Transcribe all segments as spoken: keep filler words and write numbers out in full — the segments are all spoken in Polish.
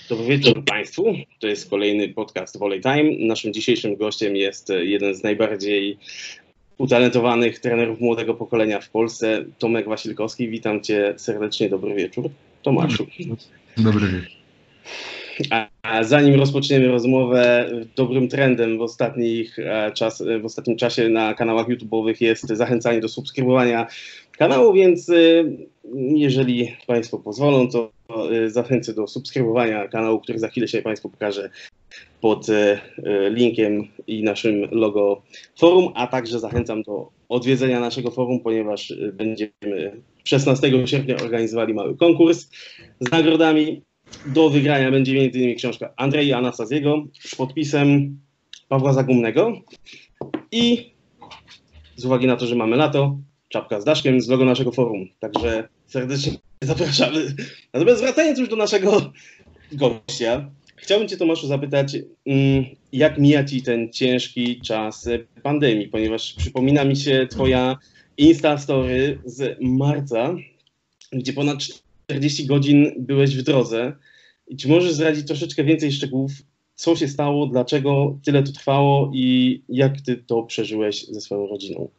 Dobry wieczór Państwu. To jest kolejny podcast Volley Time. Naszym dzisiejszym gościem jest jeden z najbardziej utalentowanych trenerów młodego pokolenia w Polsce, Tomek Wasilkowski. Witam Cię serdecznie. Dobry wieczór, Tomaszu. Dobry wieczór. A, a zanim rozpoczniemy rozmowę, dobrym trendem w, ostatnich, czas, w ostatnim czasie na kanałach YouTube'owych jest zachęcanie do subskrybowania kanału, więc jeżeli Państwo pozwolą, to zachęcę do subskrybowania kanału, który za chwilę się Państwu pokaże pod linkiem i naszym logo forum, a także zachęcam do odwiedzenia naszego forum, ponieważ będziemy szesnastego sierpnia organizowali mały konkurs z nagrodami. Do wygrania będzie między innymi książka Andrei Anastazjego z podpisem Pawła Zagumnego i z uwagi na to, że mamy lato, czapka z daszkiem z logo naszego forum. Także serdecznie zapraszamy. Natomiast wracając już do naszego gościa, chciałbym Cię, Tomaszu, zapytać, jak mija Ci ten ciężki czas pandemii, ponieważ przypomina mi się Twoja Insta Story z marca, gdzie ponad czterdzieści godzin byłeś w drodze. I czy możesz zdradzić troszeczkę więcej szczegółów, co się stało, dlaczego tyle to trwało i jak Ty to przeżyłeś ze swoją rodziną?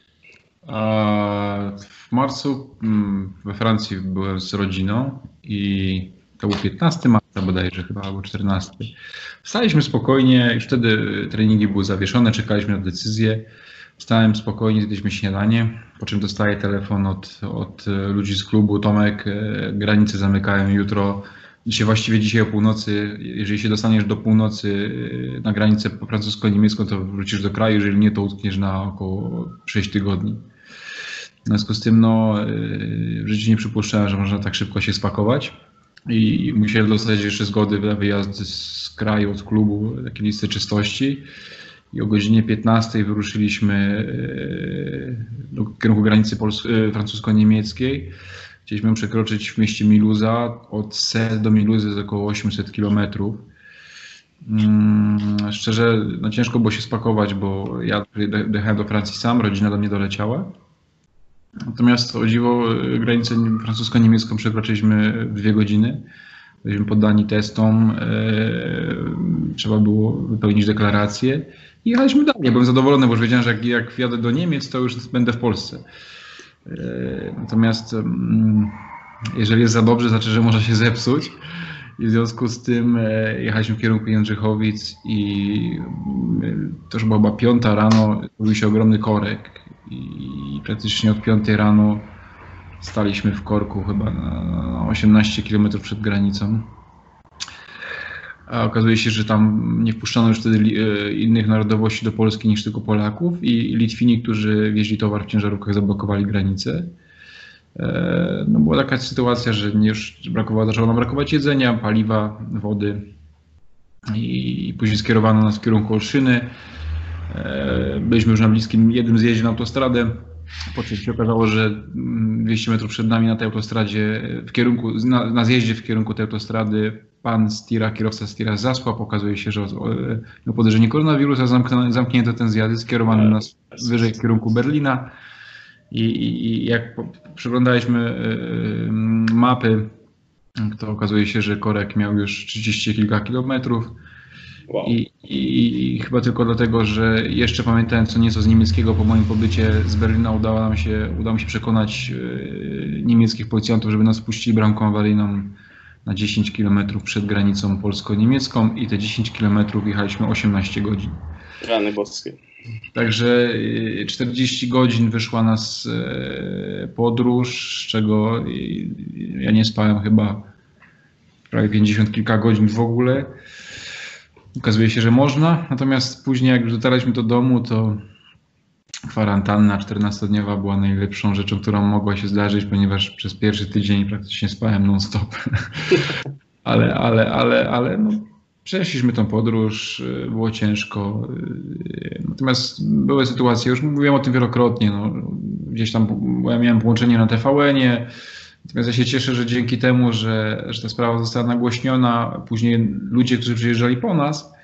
W marcu we Francji byłem z rodziną i to był piętnastego marca bodajże chyba, albo czternastego. Wstaliśmy spokojnie, już wtedy treningi były zawieszone, czekaliśmy na decyzję. Wstałem spokojnie, zjedliśmy śniadanie, po czym dostaję telefon od, od ludzi z klubu: Tomek, granice zamykają jutro. Dzisiaj, właściwie dzisiaj o północy, jeżeli się dostaniesz do północy na granicę francusko-niemiecką, to wrócisz do kraju, jeżeli nie, to utkniesz na około sześć tygodni. W związku z tym no, w życiu nie przypuszczałem, że można tak szybko się spakować i musiałem dostać jeszcze zgody na wyjazd z kraju, od klubu, takie listy czystości. I o godzinie piętnastej wyruszyliśmy do kierunku granicy francusko-niemieckiej. Chcieliśmy przekroczyć w mieście Miluza. Od Sel do Miluzy jest około osiemset kilometrów. Szczerze, no ciężko było się spakować, bo ja dojechałem do Francji sam, rodzina do mnie doleciała. Natomiast o dziwo granicę francusko-niemiecką przekroczyliśmy w dwie godziny. Byliśmy poddani testom, e, trzeba było wypełnić deklarację i jechaliśmy dalej. Ja byłem zadowolony, bo już wiedziałem, że jak, jak wjadę do Niemiec, to już będę w Polsce. E, natomiast mm, jeżeli jest za dobrze, znaczy, że może się zepsuć. I w związku z tym e, jechaliśmy w kierunku Jędrzychowic i e, to już była chyba piąta rano, pojawił się ogromny korek i praktycznie od piątej rano staliśmy w korku chyba na osiemnaście kilometrów przed granicą. A okazuje się, że tam nie wpuszczano już wtedy innych narodowości do Polski niż tylko Polaków i Litwini, którzy wieźli towar w ciężarówkach, zablokowali granicę. No była taka sytuacja, że już brakowało, zaczęło nam brakować jedzenia, paliwa, wody i później skierowano nas w kierunku Olszyny. Byliśmy już na bliskim jednym zjeździe na autostradę. Po czym się okazało, że dwieście metrów przed nami na tej autostradzie, w kierunku, na, na zjeździe w kierunku tej autostrady, pan z tira, kierowca z tira zasłał. Okazuje się, że miał podejrzenie koronawirusa, zamknięto, zamknięto ten zjazd, skierowano nas wyżej w kierunku Berlina. I, i, i jak przeglądaliśmy y, mapy, to okazuje się, że korek miał już trzydzieści kilka kilometrów. Wow. I, i, I chyba tylko dlatego, że jeszcze pamiętałem co nieco z niemieckiego, po moim pobycie z Berlina udało nam się, udało mi się przekonać y, niemieckich policjantów, żeby nas puścili bramką awaryjną na dziesięć kilometrów przed granicą polsko-niemiecką i te dziesięć kilometrów jechaliśmy osiemnaście godzin. Rany boskie. Także y, czterdzieści godzin wyszła nas y, podróż, z czego y, ja nie spałem chyba prawie pięćdziesiąt kilka godzin w ogóle. Okazuje się, że można, natomiast później jak już dotarliśmy do domu, to kwarantanna czternastodniowa była najlepszą rzeczą, którą mogła się zdarzyć, ponieważ przez pierwszy tydzień praktycznie spałem non-stop. ale, ale, ale, ale no, przeszliśmy tą podróż, było ciężko. Natomiast były sytuacje, już mówiłem o tym wielokrotnie, no, gdzieś tam bo ja miałem połączenie na T V N-ie. Natomiast ja się cieszę, że dzięki temu, że, że ta sprawa została nagłośniona, później ludzie, którzy przyjeżdżali po nas,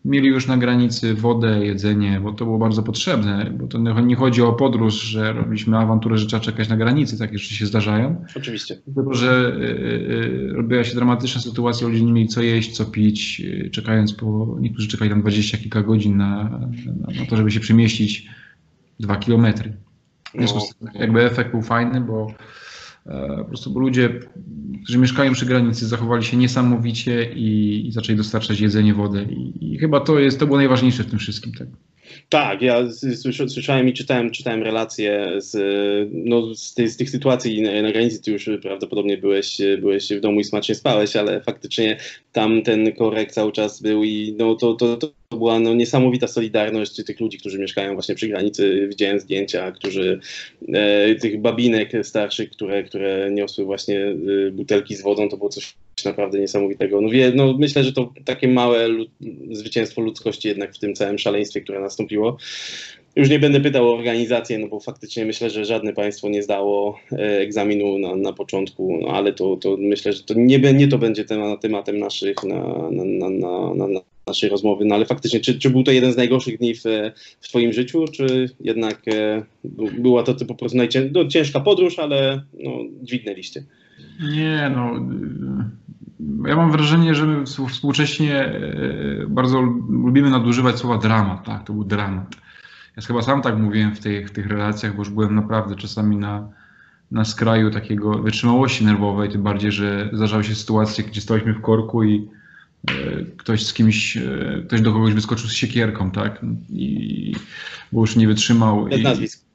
mieli już na granicy wodę, jedzenie, bo to było bardzo potrzebne, bo to nie chodzi o podróż, że robiliśmy awanturę, że trzeba czekać na granicy, takie rzeczy się zdarzają. Oczywiście. Tylko, że y, y, robiła się dramatyczna sytuacja, ludzie nie mieli co jeść, co pić, y, czekając po, niektórzy czekali tam dwadzieścia kilka godzin na, na, na to, żeby się przemieścić dwa kilometry. W związku z tym jakby efekt był fajny, bo po prostu bo ludzie, którzy mieszkają przy granicy, zachowali się niesamowicie i, i zaczęli dostarczać jedzenie, wodę. I, i chyba to jest, to było najważniejsze w tym wszystkim. Tak, tak ja słyszałem i czytałem, czytałem relacje z, no, z, tej, z tych sytuacji na, na granicy. Ty już prawdopodobnie byłeś, byłeś w domu i smacznie spałeś, ale faktycznie tam ten korek cały czas był i no, to, to, to była no, niesamowita solidarność tych ludzi, którzy mieszkają właśnie przy granicy. Widziałem zdjęcia, którzy, e, tych babinek starszych, które, które niosły właśnie e, butelki z wodą. To było coś naprawdę niesamowitego. No, wie, no, myślę, że to takie małe lud zwycięstwo ludzkości jednak w tym całym szaleństwie, które nastąpiło. Już nie będę pytał o organizację, no bo faktycznie myślę, że żadne państwo nie zdało e, egzaminu na, na początku, no, ale to, to myślę, że to nie, nie to będzie temat, tematem naszych na, na, na, na, na, na naszej rozmowy, no ale faktycznie, czy, czy był to jeden z najgorszych dni w, w twoim życiu, czy jednak e, była to po prostu najcię no, ciężka podróż, ale no, dźwignęliście? Nie, no ja mam wrażenie, że my współcześnie bardzo lubimy nadużywać słowa dramat, tak, to był dramat. Ja chyba sam tak mówiłem w tych, w tych relacjach, bo już byłem naprawdę czasami na, na skraju takiego wytrzymałości nerwowej, tym bardziej, że zdarzały się sytuacje, gdzie staliśmy w korku i e, ktoś z kimś, e, ktoś do kogoś wyskoczył z siekierką, tak, i bo już nie wytrzymał. Bez nazwisk.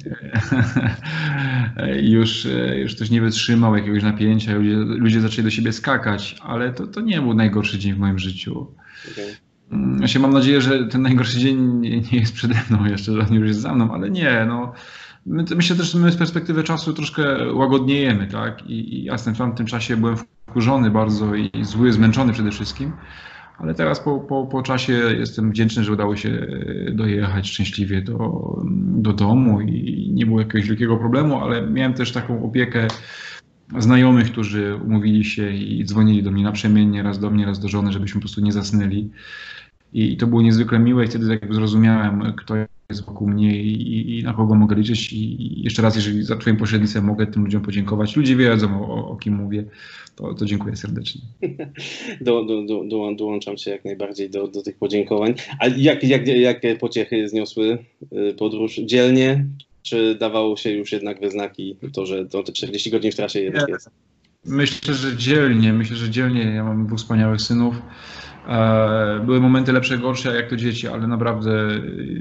I już, już ktoś nie wytrzymał jakiegoś napięcia, ludzie, ludzie zaczęli do siebie skakać, ale to, to nie był najgorszy dzień w moim życiu. Okay. Ja się mam nadzieję, że ten najgorszy dzień nie, nie jest przede mną jeszcze, że on już jest za mną, ale nie, no. My, myślę też, że my z perspektywy czasu troszkę łagodniejemy, tak? I, i jasne, w tamtym czasie byłem wkurzony bardzo i zły, zmęczony przede wszystkim. Ale teraz po, po, po czasie jestem wdzięczny, że udało się dojechać szczęśliwie do, do domu i nie było jakiegoś wielkiego problemu, ale miałem też taką opiekę znajomych, którzy umówili się i dzwonili do mnie naprzemiennie, raz do mnie, raz do żony, żebyśmy po prostu nie zasnęli. I to było niezwykle miłe i wtedy jakby zrozumiałem, kto jest wokół mnie i, i na kogo mogę liczyć. I jeszcze raz, jeżeli za twoim pośrednictwem mogę tym ludziom podziękować. Ludzie wiedzą, o, o kim mówię. To, to dziękuję serdecznie. Do, do, do, do, dołączam się jak najbardziej do, do tych podziękowań. A jak, jak, jakie pociechy zniosły podróż? Dzielnie? Czy dawało się już jednak we znaki to, że to te czterdzieści godzin w trasie jednak jest? Myślę, że dzielnie. Myślę, że dzielnie. Ja mam dwóch wspaniałych synów. Były momenty lepsze, gorsze, jak to dzieci, ale naprawdę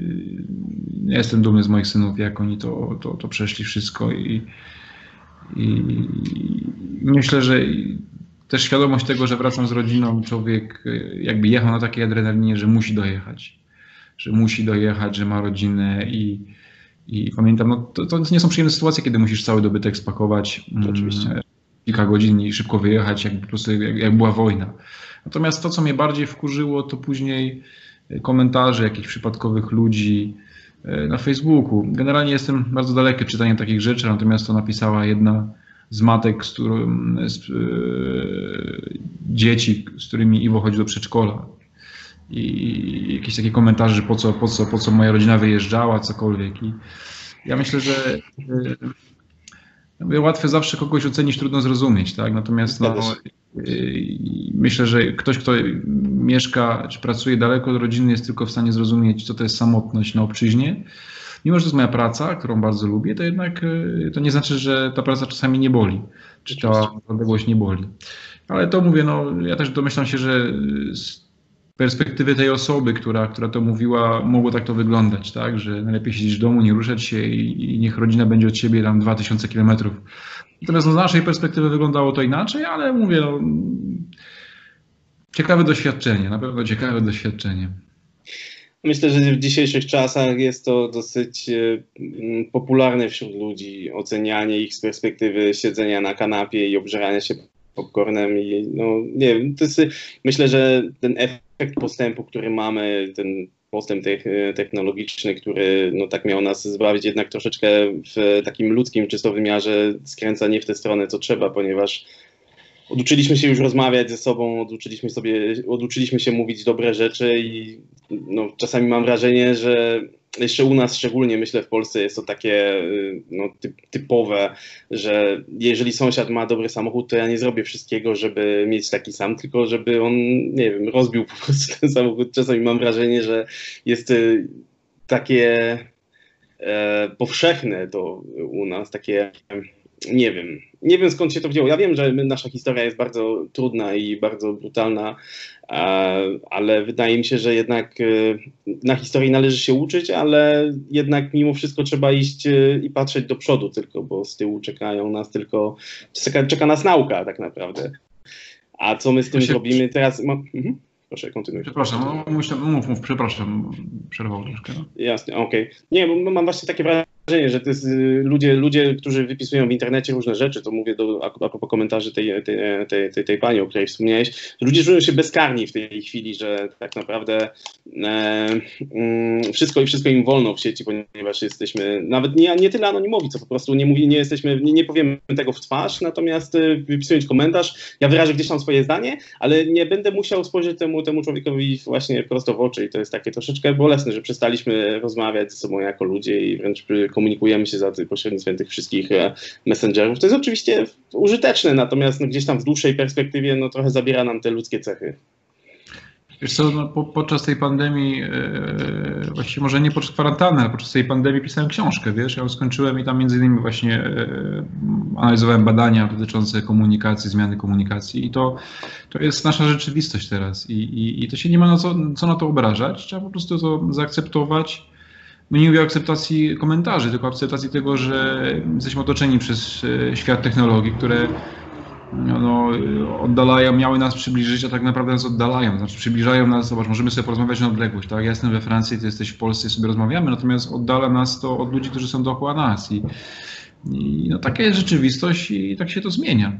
ja jestem dumny z moich synów, jak oni to, to, to przeszli wszystko i, i myślę, że też świadomość tego, że wracam z rodziną, człowiek jakby jechał na takiej adrenalinie, że musi dojechać, że musi dojechać, że ma rodzinę i, i pamiętam, no to, to nie są przyjemne sytuacje, kiedy musisz cały dobytek spakować, oczywiście, kilka godzin i szybko wyjechać, jak po prostu jak, jak była wojna. Natomiast to, co mnie bardziej wkurzyło, to później komentarze jakichś przypadkowych ludzi na Facebooku. Generalnie jestem bardzo daleki od czytania takich rzeczy, natomiast to napisała jedna z matek, z którym, z, yy, dzieci, z którymi Iwo chodzi do przedszkola. I jakieś takie komentarze, że po co, po co, po co moja rodzina wyjeżdżała, cokolwiek. I ja myślę, że yy, łatwo zawsze kogoś ocenić, trudno zrozumieć, tak? Natomiast no, myślę, że ktoś, kto mieszka czy pracuje daleko od rodziny, jest tylko w stanie zrozumieć, co to jest samotność na obczyźnie. Mimo że to jest moja praca, którą bardzo lubię, to jednak to nie znaczy, że ta praca czasami nie boli, czy ta odległość nie boli. Ale to mówię, no ja też domyślam się, że z perspektywy tej osoby, która, która to mówiła, mogło tak to wyglądać, tak? Że najlepiej siedzieć w domu, nie ruszać się i, i niech rodzina będzie od siebie tam dwa tysiące kilometrów. Natomiast no, z naszej perspektywy wyglądało to inaczej, ale mówię, no, ciekawe doświadczenie, na pewno ciekawe doświadczenie. Myślę, że w dzisiejszych czasach jest to dosyć y, popularne wśród ludzi, ocenianie ich z perspektywy siedzenia na kanapie i obżerania się popcornem. I, no, nie wiem, to jest, myślę, że ten efekt postępu, który mamy, ten postęp technologiczny, który no, tak miał nas zbawić, jednak troszeczkę w takim ludzkim czysto wymiarze skręca nie w tę stronę, co trzeba, ponieważ oduczyliśmy się już rozmawiać ze sobą, oduczyliśmy, sobie, oduczyliśmy się mówić dobre rzeczy i no, czasami mam wrażenie, że jeszcze u nas szczególnie, myślę, w Polsce jest to takie no, typowe, że jeżeli sąsiad ma dobry samochód, to ja nie zrobię wszystkiego, żeby mieć taki sam, tylko żeby on, nie wiem, rozbił po prostu ten samochód. Czasami mam wrażenie, że jest takie e, powszechne to u nas, takie, nie wiem, nie wiem skąd się to wzięło. Ja wiem, że nasza historia jest bardzo trudna i bardzo brutalna, ale wydaje mi się, że jednak na historii należy się uczyć, ale jednak mimo wszystko trzeba iść i patrzeć do przodu tylko, bo z tyłu czekają nas tylko, czeka, czeka nas nauka tak naprawdę. A co my z tym się... zrobimy teraz? Mhm. Proszę, kontynuuj. Przepraszam, mów, mów, mów przepraszam, przerwał troszkę. No. Jasne, okej. Okay. Nie, bo mam właśnie takie wrażenie, że to jest ludzie, ludzie, którzy wypisują w internecie różne rzeczy, to mówię do, a, a propos komentarzy tej, tej, tej, tej, tej pani, o której wspomniałeś, że ludzie czują się bezkarni w tej chwili, że tak naprawdę e, mm, wszystko i wszystko im wolno w sieci, ponieważ jesteśmy nawet nie, nie tyle anonimowi, co po prostu nie, mówi, nie jesteśmy, nie, nie powiemy tego w twarz, natomiast wypisując komentarz, ja wyrażę gdzieś tam swoje zdanie, ale nie będę musiał spojrzeć temu, temu człowiekowi właśnie prosto w oczy i to jest takie troszeczkę bolesne, że przestaliśmy rozmawiać ze sobą jako ludzie i wręcz komunikujemy się za pośrednictwem tych wszystkich messengerów. To jest oczywiście użyteczne, natomiast no, gdzieś tam w dłuższej perspektywie no, trochę zabiera nam te ludzkie cechy. Wiesz co, no, po, podczas tej pandemii, yy, właściwie może nie podczas kwarantanny, ale podczas tej pandemii pisałem książkę, wiesz, ja ją skończyłem i tam między innymi właśnie yy, analizowałem badania dotyczące komunikacji, zmiany komunikacji i to, to jest nasza rzeczywistość teraz i, i, i to się nie ma na co, co na to obrażać, trzeba po prostu to zaakceptować. My nie mówię o akceptacji komentarzy, tylko o akceptacji tego, że jesteśmy otoczeni przez świat technologii, które no, no, oddalają, miały nas przybliżyć, a tak naprawdę nas oddalają. Znaczy przybliżają nas, zobacz, możemy sobie porozmawiać na odległość, tak? Ja jestem we Francji, ty jesteś w Polsce i sobie rozmawiamy, natomiast oddala nas to od ludzi, którzy są dookoła nas. I, i no, taka jest rzeczywistość i tak się to zmienia.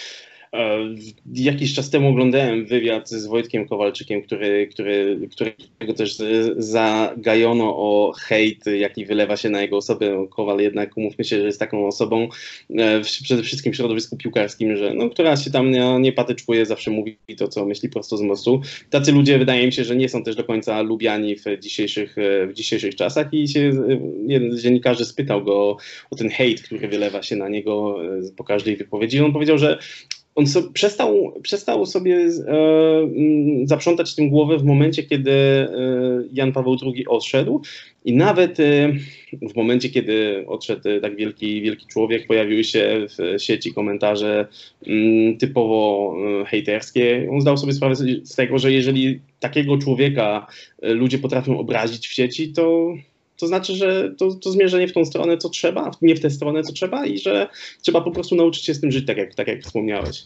Jakiś czas temu oglądałem wywiad z Wojtkiem Kowalczykiem, który, który, którego też zagajono o hejt, jaki wylewa się na jego osobę. Kowal jednak, umówmy się, że jest taką osobą przede wszystkim w środowisku piłkarskim, że, no, która się tam nie, nie patyczkuje, zawsze mówi to, co myśli prosto z mostu. Tacy ludzie, wydaje mi się, że nie są też do końca lubiani w dzisiejszych, w dzisiejszych czasach i się jeden z dziennikarzy spytał go o ten hejt, który wylewa się na niego po każdej wypowiedzi. On powiedział, że on so, przestał, przestał sobie e, zaprzątać tym głowę w momencie, kiedy e, Jan Paweł drugi odszedł i nawet e, w momencie, kiedy odszedł tak wielki, wielki człowiek, pojawiły się w sieci komentarze m, typowo e, hejterskie. On zdał sobie sprawę z tego, że jeżeli takiego człowieka e, ludzie potrafią obrazić w sieci, to to znaczy, że to, to zmierza nie w tą stronę, co trzeba, nie w tę stronę, co trzeba i że trzeba po prostu nauczyć się z tym żyć, tak jak, tak jak wspomniałeś.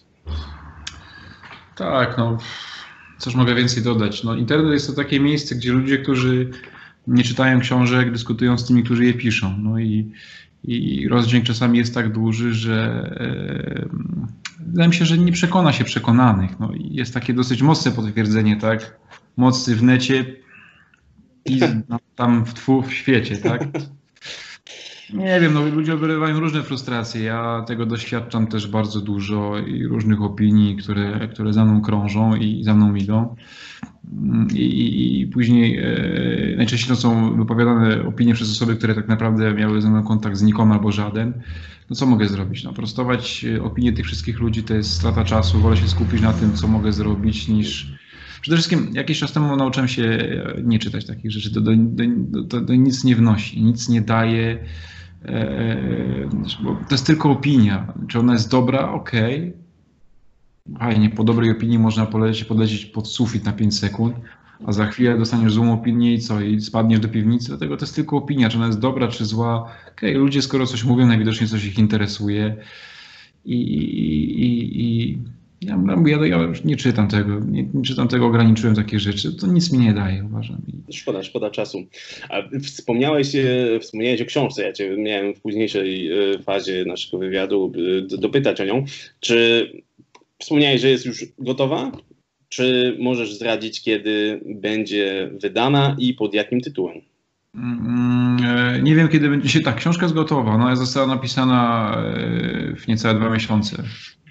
Tak, no, cóż mogę więcej dodać. No, internet jest to takie miejsce, gdzie ludzie, którzy nie czytają książek, dyskutują z tymi, którzy je piszą. No i, i rozdźwięk czasami jest tak duży, że e, wydaje mi się, że nie przekona się przekonanych. No, i jest takie dosyć mocne potwierdzenie, tak? Mocy w necie i tam w tfu w świecie, tak? Nie wiem, no ludzie wylewają różne frustracje. Ja tego doświadczam też bardzo dużo i różnych opinii, które, które za mną krążą i za mną idą. I, i, i później e, najczęściej to są wypowiadane opinie przez osoby, które tak naprawdę miały ze mną kontakt z nikom albo żaden. No co mogę zrobić? No, prostować opinie tych wszystkich ludzi to jest strata czasu. Wolę się skupić na tym, co mogę zrobić, niż... Przede wszystkim jakiś czas temu nauczyłem się nie czytać takich rzeczy. To, do, do, to, to nic nie wnosi, nic nie daje. E, bo to jest tylko opinia. Czy ona jest dobra? Okej. Okay. Fajnie, po dobrej opinii można polecieć, podlecieć pod sufit na pięć sekund, a za chwilę dostaniesz złą opinię i co? I spadniesz do piwnicy. Dlatego to jest tylko opinia. Czy ona jest dobra, czy zła? Okej, okay, ludzie skoro coś mówią, najwidoczniej coś ich interesuje. I... i, i, i Ja, ja, ja już nie czytam tego, nie, nie czytam tego, ograniczyłem takie rzeczy, to nic mi nie daje, uważam. Szkoda, szkoda czasu. A wspomniałeś, wspomniałeś o książce, ja cię miałem w późniejszej fazie naszego wywiadu dopytać o nią. Czy wspomniałeś, że jest już gotowa? Czy możesz zdradzić, kiedy będzie wydana i pod jakim tytułem? Nie wiem, kiedy będzie się... Tak, książka jest gotowa, no, została napisana w niecałe dwa miesiące.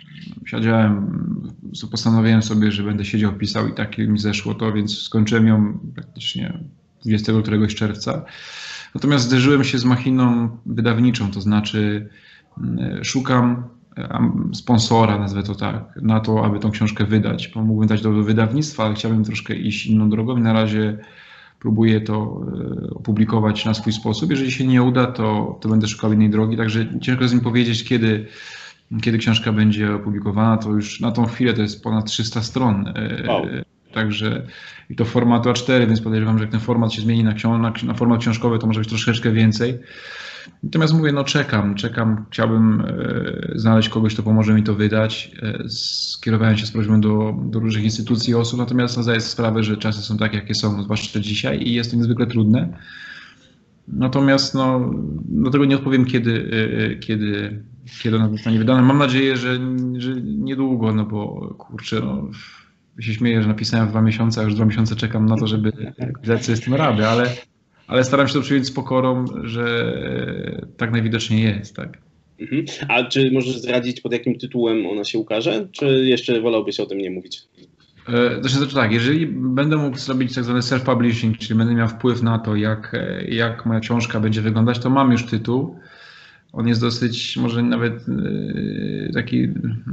siedziałem, postanowiłem sobie, że będę siedział, pisał i tak mi zeszło to, więc skończyłem ją praktycznie dwudziestego któregoś czerwca. Natomiast zderzyłem się z machiną wydawniczą, to znaczy szukam sponsora, nazwę to tak, na to, aby tą książkę wydać. Bo mógłbym dać do wydawnictwa, ale chciałbym troszkę iść inną drogą i na razie próbuję to opublikować na swój sposób. Jeżeli się nie uda, to, to będę szukał innej drogi, także ciężko jest mi powiedzieć, kiedy, kiedy książka będzie opublikowana. To już na tą chwilę to jest ponad trzysta stron. Wow. Także i to formatu A cztery, więc podejrzewam, że jak ten format się zmieni na, na, na format książkowy, to może być troszeczkę więcej. Natomiast mówię, no czekam, czekam, chciałbym e, znaleźć kogoś, kto pomoże mi to wydać. E, skierowałem się z prośbą do, do różnych instytucji i osób, natomiast no, zdaję sobie sprawę, że czasy są takie, jakie są, zwłaszcza dzisiaj i jest to niezwykle trudne. Natomiast no, do tego nie odpowiem, kiedy, e, kiedy, kiedy ona zostanie wydana. Mam nadzieję, że, że niedługo, no bo kurczę, no, się śmieję, że napisałem w dwa miesiące, a już dwa miesiące czekam na to, żeby dać sobie z tym radę, ale Ale staram się to przyjąć z pokorą, że tak najwidoczniej jest, tak. Mhm. A czy możesz zdradzić, pod jakim tytułem ona się ukaże, czy jeszcze wolałbyś o tym nie mówić? Znaczy, znaczy tak, jeżeli będę mógł zrobić tak zwany self-publishing, czyli będę miał wpływ na to, jak, jak moja książka będzie wyglądać, to mam już tytuł. On jest dosyć, może nawet taki...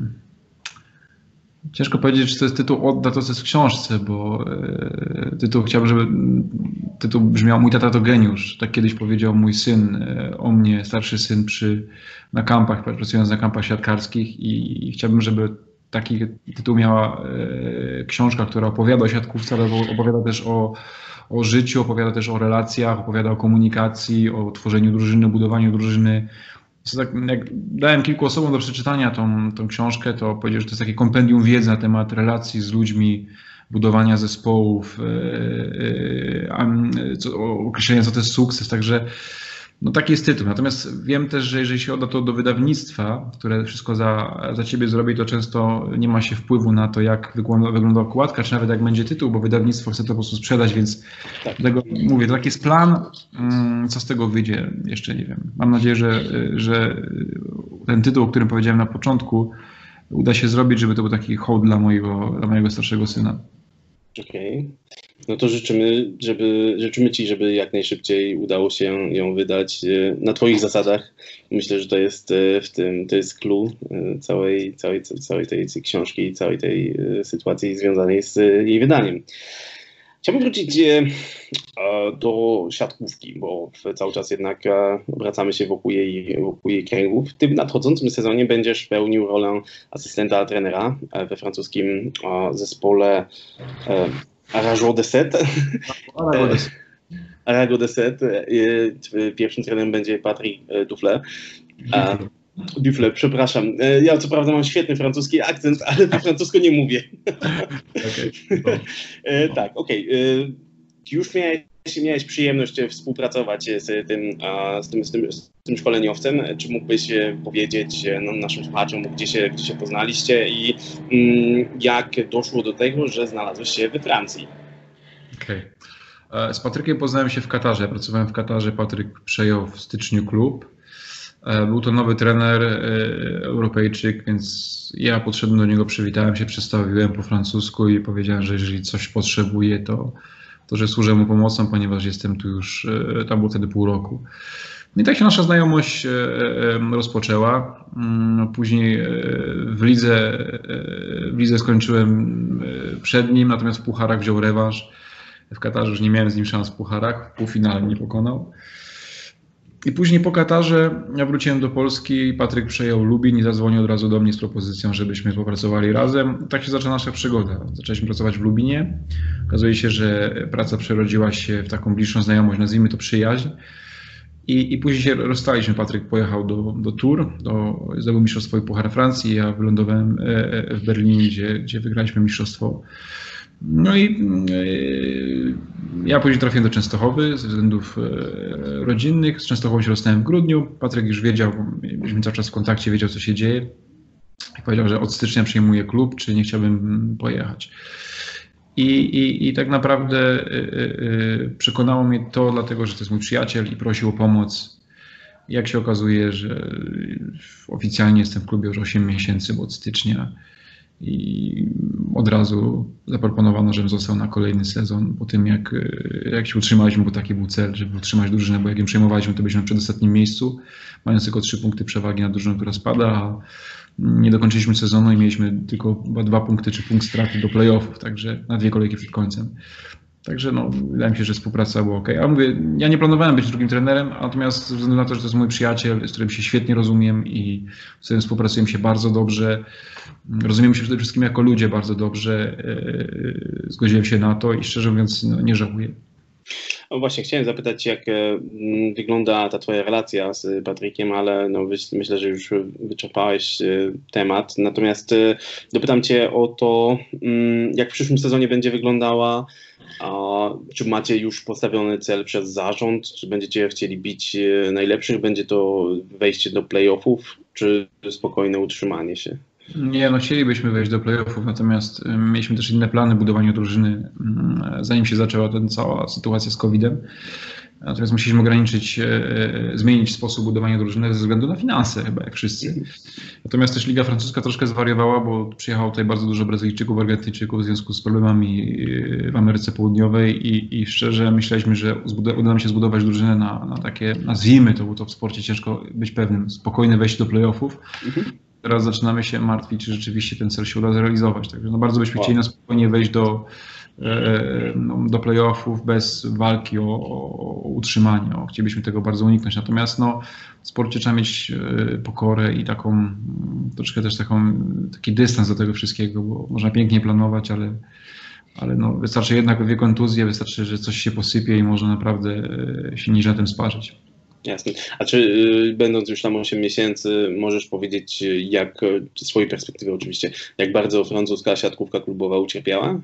Ciężko powiedzieć, czy to jest tytuł odda to, co jest w książce, bo e, tytuł chciałbym, żeby tytuł brzmiał Mój tata to geniusz. Tak kiedyś powiedział mój syn e, o mnie, starszy syn przy, na kampach, pracując na kampach siatkarskich i, i chciałbym, żeby taki tytuł miała e, książka, która opowiada o siatkówce, ale opowiada też o, o życiu, opowiada też o relacjach, opowiada o komunikacji, o tworzeniu drużyny, budowaniu drużyny. Tak, jak dałem kilku osobom do przeczytania tą, tą książkę, to powiedziałem, że to jest takie kompendium wiedzy na temat relacji z ludźmi, budowania zespołów, yy, yy, określenia, co to jest sukces, także no taki jest tytuł. Natomiast wiem też, że jeżeli się odda to do wydawnictwa, które wszystko za, za ciebie zrobi, to często nie ma się wpływu na to, jak wygląda, wygląda okładka, czy nawet jak będzie tytuł, bo wydawnictwo chce to po prostu sprzedać, więc tak. Dlatego mówię, to taki jest plan, co z tego wyjdzie, jeszcze nie wiem. Mam nadzieję, że, że ten tytuł, o którym powiedziałem na początku, uda się zrobić, żeby to był taki hołd dla mojego, dla mojego starszego syna. Okej. Okay. No to życzymy, żeby, życzymy Ci, żeby jak najszybciej udało się ją wydać na Twoich zasadach. Myślę, że to jest w tym, to jest clue całej, całej, całej tej książki i całej tej sytuacji związanej z jej wydaniem. Chciałbym wrócić do siatkówki, bo cały czas jednak obracamy się wokół jej, wokół jej kręgów. W tym nadchodzącym sezonie będziesz pełnił rolę asystenta trenera we francuskim zespole Arago de Sète. Arago de Sète. Pierwszym trenerem będzie Patrick Dufle. Dufle, przepraszam. Ja co prawda mam świetny francuski akcent, ale po francusku nie mówię. Okay. No. Tak, okej. Okay. Już miałeś, miałeś przyjemność współpracować z tym, z tym, z tym, z tym szkoleniowcem. Czy mógłbyś powiedzieć no, naszym słuchaczom, gdzie się, gdzie się poznaliście i mm, jak doszło do tego, że znalazłeś się we Francji? Okej. Okay. Z Patrykiem poznałem się w Katarze. Ja pracowałem w Katarze. Patryk przejął w styczniu klub. Był to nowy trener, Europejczyk, więc ja podszedłem do niego, przywitałem się, przedstawiłem po francusku i powiedziałem, że jeżeli coś potrzebuje, to, to że służę mu pomocą, ponieważ jestem tu już, tam było wtedy pół roku. I tak się nasza znajomość rozpoczęła. Później w lidze, w lidze skończyłem przed nim, natomiast w pucharach wziął rewanż. W Katarze już nie miałem z nim szans w pucharach, w półfinale mnie pokonał. I później po Katarze ja wróciłem do Polski, Patryk przejął Lubin i zadzwonił od razu do mnie z propozycją, żebyśmy popracowali razem. Tak się zaczęła nasza przygoda. Zaczęliśmy pracować w Lubinie. Okazuje się, że praca przerodziła się w taką bliższą znajomość, nazwijmy to przyjaźń. I, i później się rozstaliśmy. Patryk pojechał do, do Tours, do, zdobył mistrzostwo i Puchar Francji. Ja wylądowałem w Berlinie, gdzie, gdzie wygraliśmy mistrzostwo. No i ja później trafiłem do Częstochowy ze względów rodzinnych. Z Częstochową się rozstałem w grudniu. Patryk już wiedział, byliśmy cały czas w kontakcie, wiedział, co się dzieje. I powiedział, że od stycznia przyjmuje klub, czy nie chciałbym pojechać. I, i, i tak naprawdę przekonało mnie to, dlatego że to jest mój przyjaciel i prosił o pomoc. Jak się okazuje, że oficjalnie jestem w klubie już osiem miesięcy, bo od stycznia i od razu zaproponowano, żebym został na kolejny sezon po tym, jak, jak się utrzymaliśmy, bo taki był cel, żeby utrzymać drużynę, bo jak ją przejmowaliśmy, to byliśmy w przedostatnim miejscu, mając tylko trzy punkty przewagi nad drużyną, która spada, a nie dokończyliśmy sezonu i mieliśmy tylko chyba dwa punkty czy punkt straty do playoffów, także na dwie kolejki przed końcem. Także no, wydaje mi się, że współpraca była ok. A mówię, ja nie planowałem być drugim trenerem, natomiast ze względu na to, że to jest mój przyjaciel, z którym się świetnie rozumiem i z którym współpracujemy się bardzo dobrze, rozumiemy się przede wszystkim jako ludzie bardzo dobrze, yy, zgodziłem się na to i szczerze mówiąc no, nie żałuję. No właśnie, chciałem zapytać, jak wygląda ta twoja relacja z Patrykiem, ale no, myślę, że już wyczerpałeś temat. Natomiast dopytam cię o to, jak w przyszłym sezonie będzie wyglądała. A czy macie już postawiony cel przez zarząd? Czy będziecie chcieli bić najlepszych? Będzie to wejście do playoffów, czy spokojne utrzymanie się? Nie, no chcielibyśmy wejść do playoffów, natomiast mieliśmy też inne plany budowania drużyny, zanim się zaczęła ta cała sytuacja z kowidem. Natomiast musieliśmy ograniczyć, zmienić sposób budowania drużyny ze względu na finanse, chyba jak wszyscy. Natomiast też Liga Francuska troszkę zwariowała, bo przyjechało tutaj bardzo dużo Brazylijczyków, Argentyńczyków w związku z problemami w Ameryce Południowej i, i szczerze myśleliśmy, że uda nam się zbudować drużynę na, na takie, nazwijmy to, bo to w sporcie ciężko być pewnym, spokojne wejście do playoffów. Teraz zaczynamy się martwić, czy rzeczywiście ten cel się uda zrealizować. Także no bardzo byśmy wow. chcieli na spokojnie wejść do, e, no, do playoffów bez walki o, o utrzymanie. O, chcielibyśmy tego bardzo uniknąć. Natomiast no, w sporcie trzeba mieć e, pokorę i taką troszkę też taką, taki dystans do tego wszystkiego, bo można pięknie planować, ale, ale no, wystarczy jednak dwie kontuzje, wystarczy, że coś się posypie i można naprawdę e, się niż na tym sparzyć. Jasne. A czy y, będąc już tam osiem miesięcy, możesz powiedzieć, jak, z swojej perspektywy oczywiście, jak bardzo francuska siatkówka klubowa ucierpiała?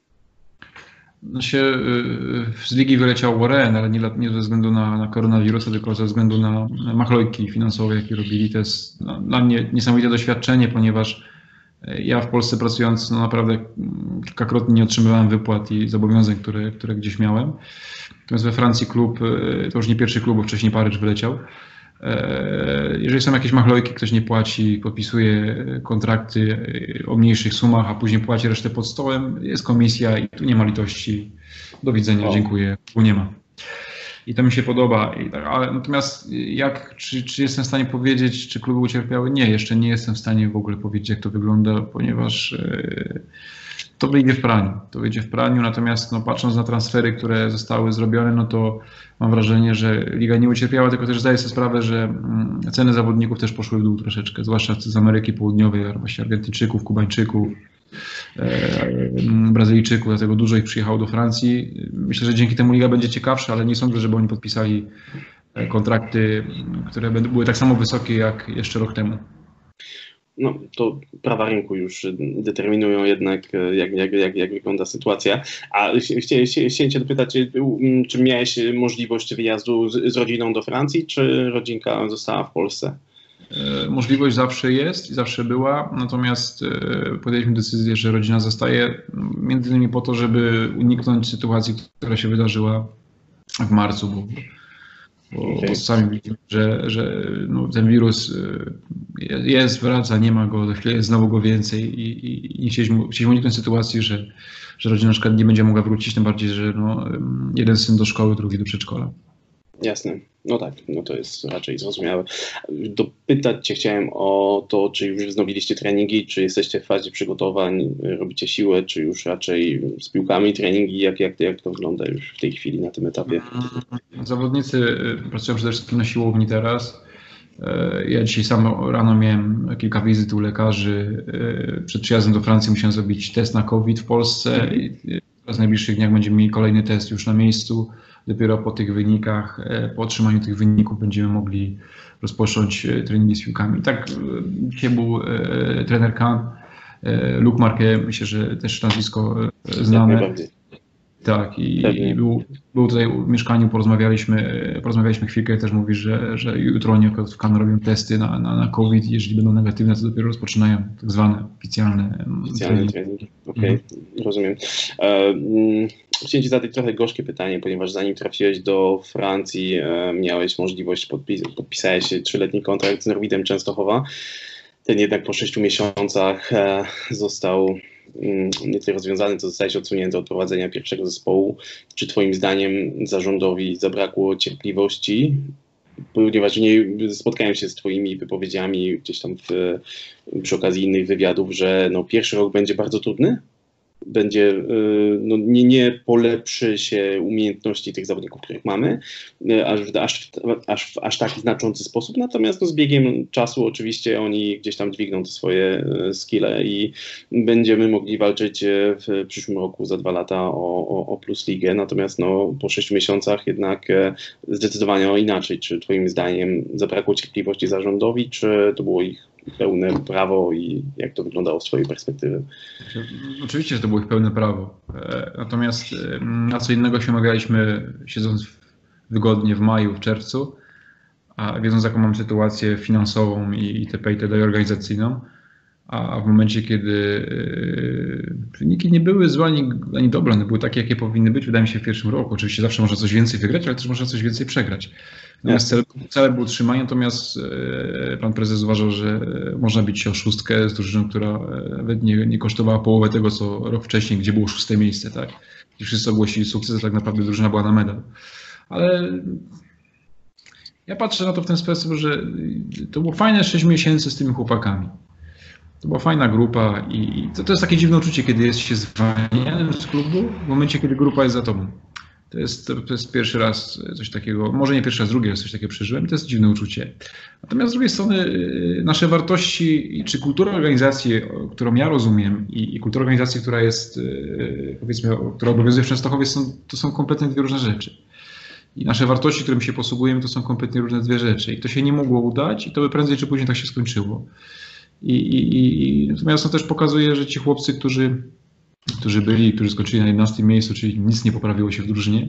No się, y, z ligi wyleciał Warren, ale nie, nie ze względu na, na koronawirusa, tylko ze względu na machlojki finansowe, jakie robili. To jest no, dla mnie niesamowite doświadczenie, ponieważ ja w Polsce pracując no, naprawdę kilkakrotnie nie otrzymywałem wypłat i zobowiązań, które, które gdzieś miałem. Natomiast we Francji klub, to już nie pierwszy klub, bo wcześniej Paryż wyleciał. Jeżeli są jakieś machlojki, ktoś nie płaci, podpisuje kontrakty o mniejszych sumach, a później płaci resztę pod stołem, jest komisja i tu nie ma litości. Do widzenia, o. dziękuję, tu nie ma. I to mi się podoba. I tak, ale natomiast jak, czy, czy jestem w stanie powiedzieć, czy kluby ucierpiały? Nie, jeszcze nie jestem w stanie w ogóle powiedzieć, jak to wygląda, ponieważ yy, to wyjdzie w praniu. To wyjdzie w praniu, natomiast no, patrząc na transfery, które zostały zrobione, no to mam wrażenie, że liga nie ucierpiała, tylko też zdaję sobie sprawę, że yy, ceny zawodników też poszły w dół troszeczkę, zwłaszcza z Ameryki Południowej, właśnie Argentyńczyków, Kubańczyków, Brazylijczyków, dlatego dużo ich przyjechało do Francji. Myślę, że dzięki temu liga będzie ciekawsza, ale nie sądzę, żeby oni podpisali kontrakty, które były tak samo wysokie jak jeszcze rok temu. No to prawa rynku już determinują jednak, jak, jak, jak, jak wygląda sytuacja. A chciałem, chciałem cię dopytać, czy miałeś możliwość wyjazdu z, z rodziną do Francji, czy rodzinka została w Polsce? Możliwość zawsze jest i zawsze była, natomiast podjęliśmy decyzję, że rodzina zostaje między innymi po to, żeby uniknąć sytuacji, która się wydarzyła w marcu, bo, bo, okay. bo sami widzimy, że, że no, ten wirus jest, wraca, nie ma go, za chwilę jest znowu go więcej i, i, i chcieliśmy, chcieliśmy uniknąć sytuacji, że, że rodzina na przykład nie będzie mogła wrócić, tym bardziej, że no, jeden syn do szkoły, drugi do przedszkola. Jasne, no tak, no to jest raczej zrozumiałe. Dopytać cię chciałem o to, czy już wznowiliście treningi, czy jesteście w fazie przygotowań, robicie siłę, czy już raczej z piłkami treningi, jak, jak, jak to wygląda już w tej chwili na tym etapie? Zawodnicy pracują przede wszystkim na siłowni teraz. Ja dzisiaj sam rano miałem kilka wizyt u lekarzy. Przed przyjazdem do Francji musiałem zrobić test na COVID w Polsce. W najbliższych dniach będziemy mieli kolejny test już na miejscu. Dopiero po tych wynikach, po otrzymaniu tych wyników będziemy mogli rozpocząć treningi z piłkami. Tak, dzisiaj był e, trener Kahn, e, Luc Marquet, myślę, że też nazwisko znane. Tak, i, i był, był tutaj w mieszkaniu, porozmawialiśmy, porozmawialiśmy chwilkę, też mówi, że, że jutro oni w Kahn robią testy na, na, na COVID, jeżeli będą negatywne, to dopiero rozpoczynają tak zwane oficjalne treningi. treningi. Okej, okay, mhm. rozumiem. Um, chciałem Ci zadać trochę gorzkie pytanie, ponieważ zanim trafiłeś do Francji, e, miałeś możliwość, podpis podpisałeś trzyletni kontrakt z Norwidem Częstochowa. Ten jednak po sześciu miesiącach e, został mm, nie tyle rozwiązany, co zostałeś odsunięty od prowadzenia pierwszego zespołu. Czy Twoim zdaniem zarządowi zabrakło cierpliwości? Ponieważ nie spotkałem się z Twoimi wypowiedziami gdzieś tam w, przy okazji innych wywiadów, że no, pierwszy rok będzie bardzo trudny, będzie, no, nie, nie polepszy się umiejętności tych zawodników, których mamy, aż, aż, aż w aż tak znaczący sposób, natomiast no, z biegiem czasu oczywiście oni gdzieś tam dźwigną te swoje skille i będziemy mogli walczyć w przyszłym roku za dwa lata o, o, o Plus Ligę, natomiast no, po sześciu miesiącach jednak zdecydowanie inaczej. Czy Twoim zdaniem zabrakło cierpliwości zarządowi, czy to było ich pełne prawo i jak to wyglądało z Twojej perspektywy? Oczywiście, że to było ich pełne prawo. Natomiast na co innego się omawialiśmy siedząc wygodnie w maju, w czerwcu, a wiedząc jaką mam sytuację finansową i itp. itd. Organizacyjną, a w momencie, kiedy wyniki nie były złe ani, ani dobre, one były takie, jakie powinny być, wydaje mi się, w pierwszym roku. Oczywiście zawsze można coś więcej wygrać, ale też można coś więcej przegrać. Natomiast cel, cel był utrzymanie, natomiast pan prezes uważał, że można bić się o szóstkę z drużyną, która nawet nie, nie kosztowała połowę tego, co rok wcześniej, gdzie było szóste miejsce. Tak? I wszyscy ogłosili sukces, a tak naprawdę drużyna była na medal. Ale ja patrzę na to w ten sposób, że to było fajne sześć miesięcy z tymi chłopakami. To była fajna grupa i to, to jest takie dziwne uczucie, kiedy jest się zwalnianym z klubu w momencie, kiedy grupa jest za tobą. To jest, to jest pierwszy raz coś takiego, może nie pierwszy raz, drugi raz coś takiego przeżyłem, to jest dziwne uczucie. Natomiast z drugiej strony nasze wartości, czy kultura organizacji, którą ja rozumiem i, i kultura organizacji, która jest, powiedzmy, która obowiązuje w Częstochowie, są, to są kompletnie dwie różne rzeczy. I nasze wartości, którymi się posługujemy, to są kompletnie różne dwie rzeczy. I to się nie mogło udać i to by prędzej czy później tak się skończyło. I, i, i natomiast to też pokazuje, że ci chłopcy, którzy, którzy byli, którzy skończyli na jedenastym miejscu, czyli nic nie poprawiło się w drużynie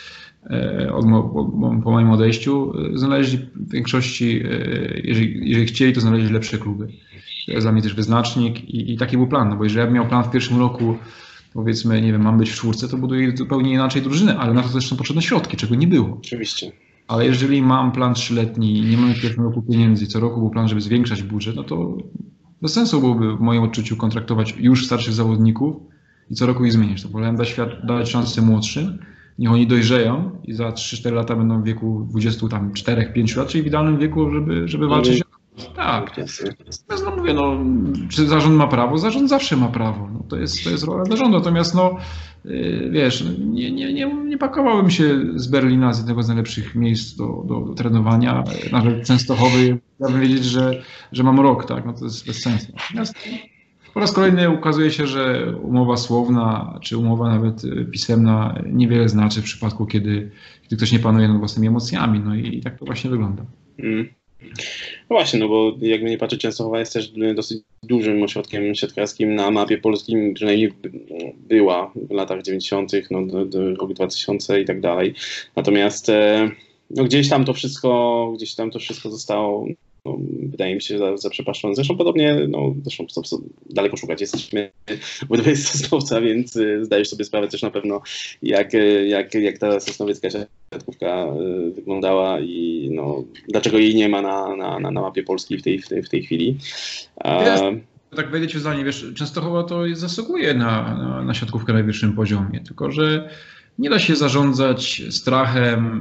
od, po moim odejściu, znaleźli w większości, jeżeli, jeżeli chcieli, to znaleźli lepsze kluby. To jest dla mnie też wyznacznik i, i taki był plan, no bo jeżeli ja bym miał plan w pierwszym roku, powiedzmy, nie wiem, mam być w czwórce, to buduję zupełnie inaczej drużynę, ale na to też są potrzebne środki, czego nie było. Oczywiście. Ale jeżeli mam plan trzyletni i nie mamy w pierwszym roku pieniędzy, co roku był plan, żeby zwiększać budżet, no to bez sensu byłoby w moim odczuciu kontraktować już starszych zawodników i co roku ich zmieniać. To wolałem dać, dać szansę młodszym, niech oni dojrzeją i za trzy cztery lata będą w wieku dwudziestu czterech pięciu lat, czyli w idealnym wieku, żeby, żeby walczyć. Tak. Natomiast no mówię, no, czy zarząd ma prawo? Zarząd zawsze ma prawo. No, to jest, to jest rola zarządu. Natomiast no, yy, wiesz, nie, nie, nie, nie pakowałem się z Berlina, z jednego z najlepszych miejsc do, do, do trenowania. Nawet Częstochowy, chciałbym wiedzieć, że, że mam rok, tak? No to jest bez sensu. Natomiast po raz kolejny ukazuje się, że umowa słowna, czy umowa nawet pisemna niewiele znaczy w przypadku, kiedy, kiedy ktoś nie panuje nad własnymi emocjami. No i, i tak to właśnie wygląda. Mm. No właśnie, no bo jakby nie patrzeć, Częstochowa jest też dosyć dużym ośrodkiem siatkarskim na mapie polskim, przynajmniej była w latach dziewięćdziesiątych, no do, do rok dwa tysiące i tak dalej. Natomiast no gdzieś tam to wszystko, gdzieś tam to wszystko zostało, no, wydaje mi się, zaprzepaszczone. Zresztą podobnie, no zresztą co, co, daleko szukać, jesteśmy obydwaj z Sosnowca, więc y, zdajesz sobie sprawę też na pewno, jak, jak, jak ta sosnowiecka siatkówka y, wyglądała i no, dlaczego jej nie ma na, na, na, na mapie Polski w tej, w tej, w tej chwili. A... Tak wejdę ci w zdanie, wiesz, Częstochowa to jest, zasługuje na, na, na siatkówkę na najwyższym poziomie, tylko że nie da się zarządzać strachem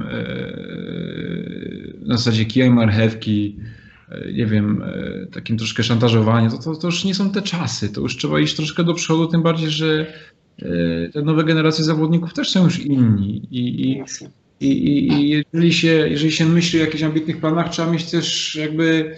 yy, na zasadzie kijem marchewki, nie wiem, takim troszkę szantażowaniem, to, to, to już nie są te czasy, to już trzeba iść troszkę do przodu, tym bardziej, że te nowe generacje zawodników też są już inni i, i, i, i jeżeli, się, jeżeli się myśli o jakichś ambitnych planach, trzeba mieć też jakby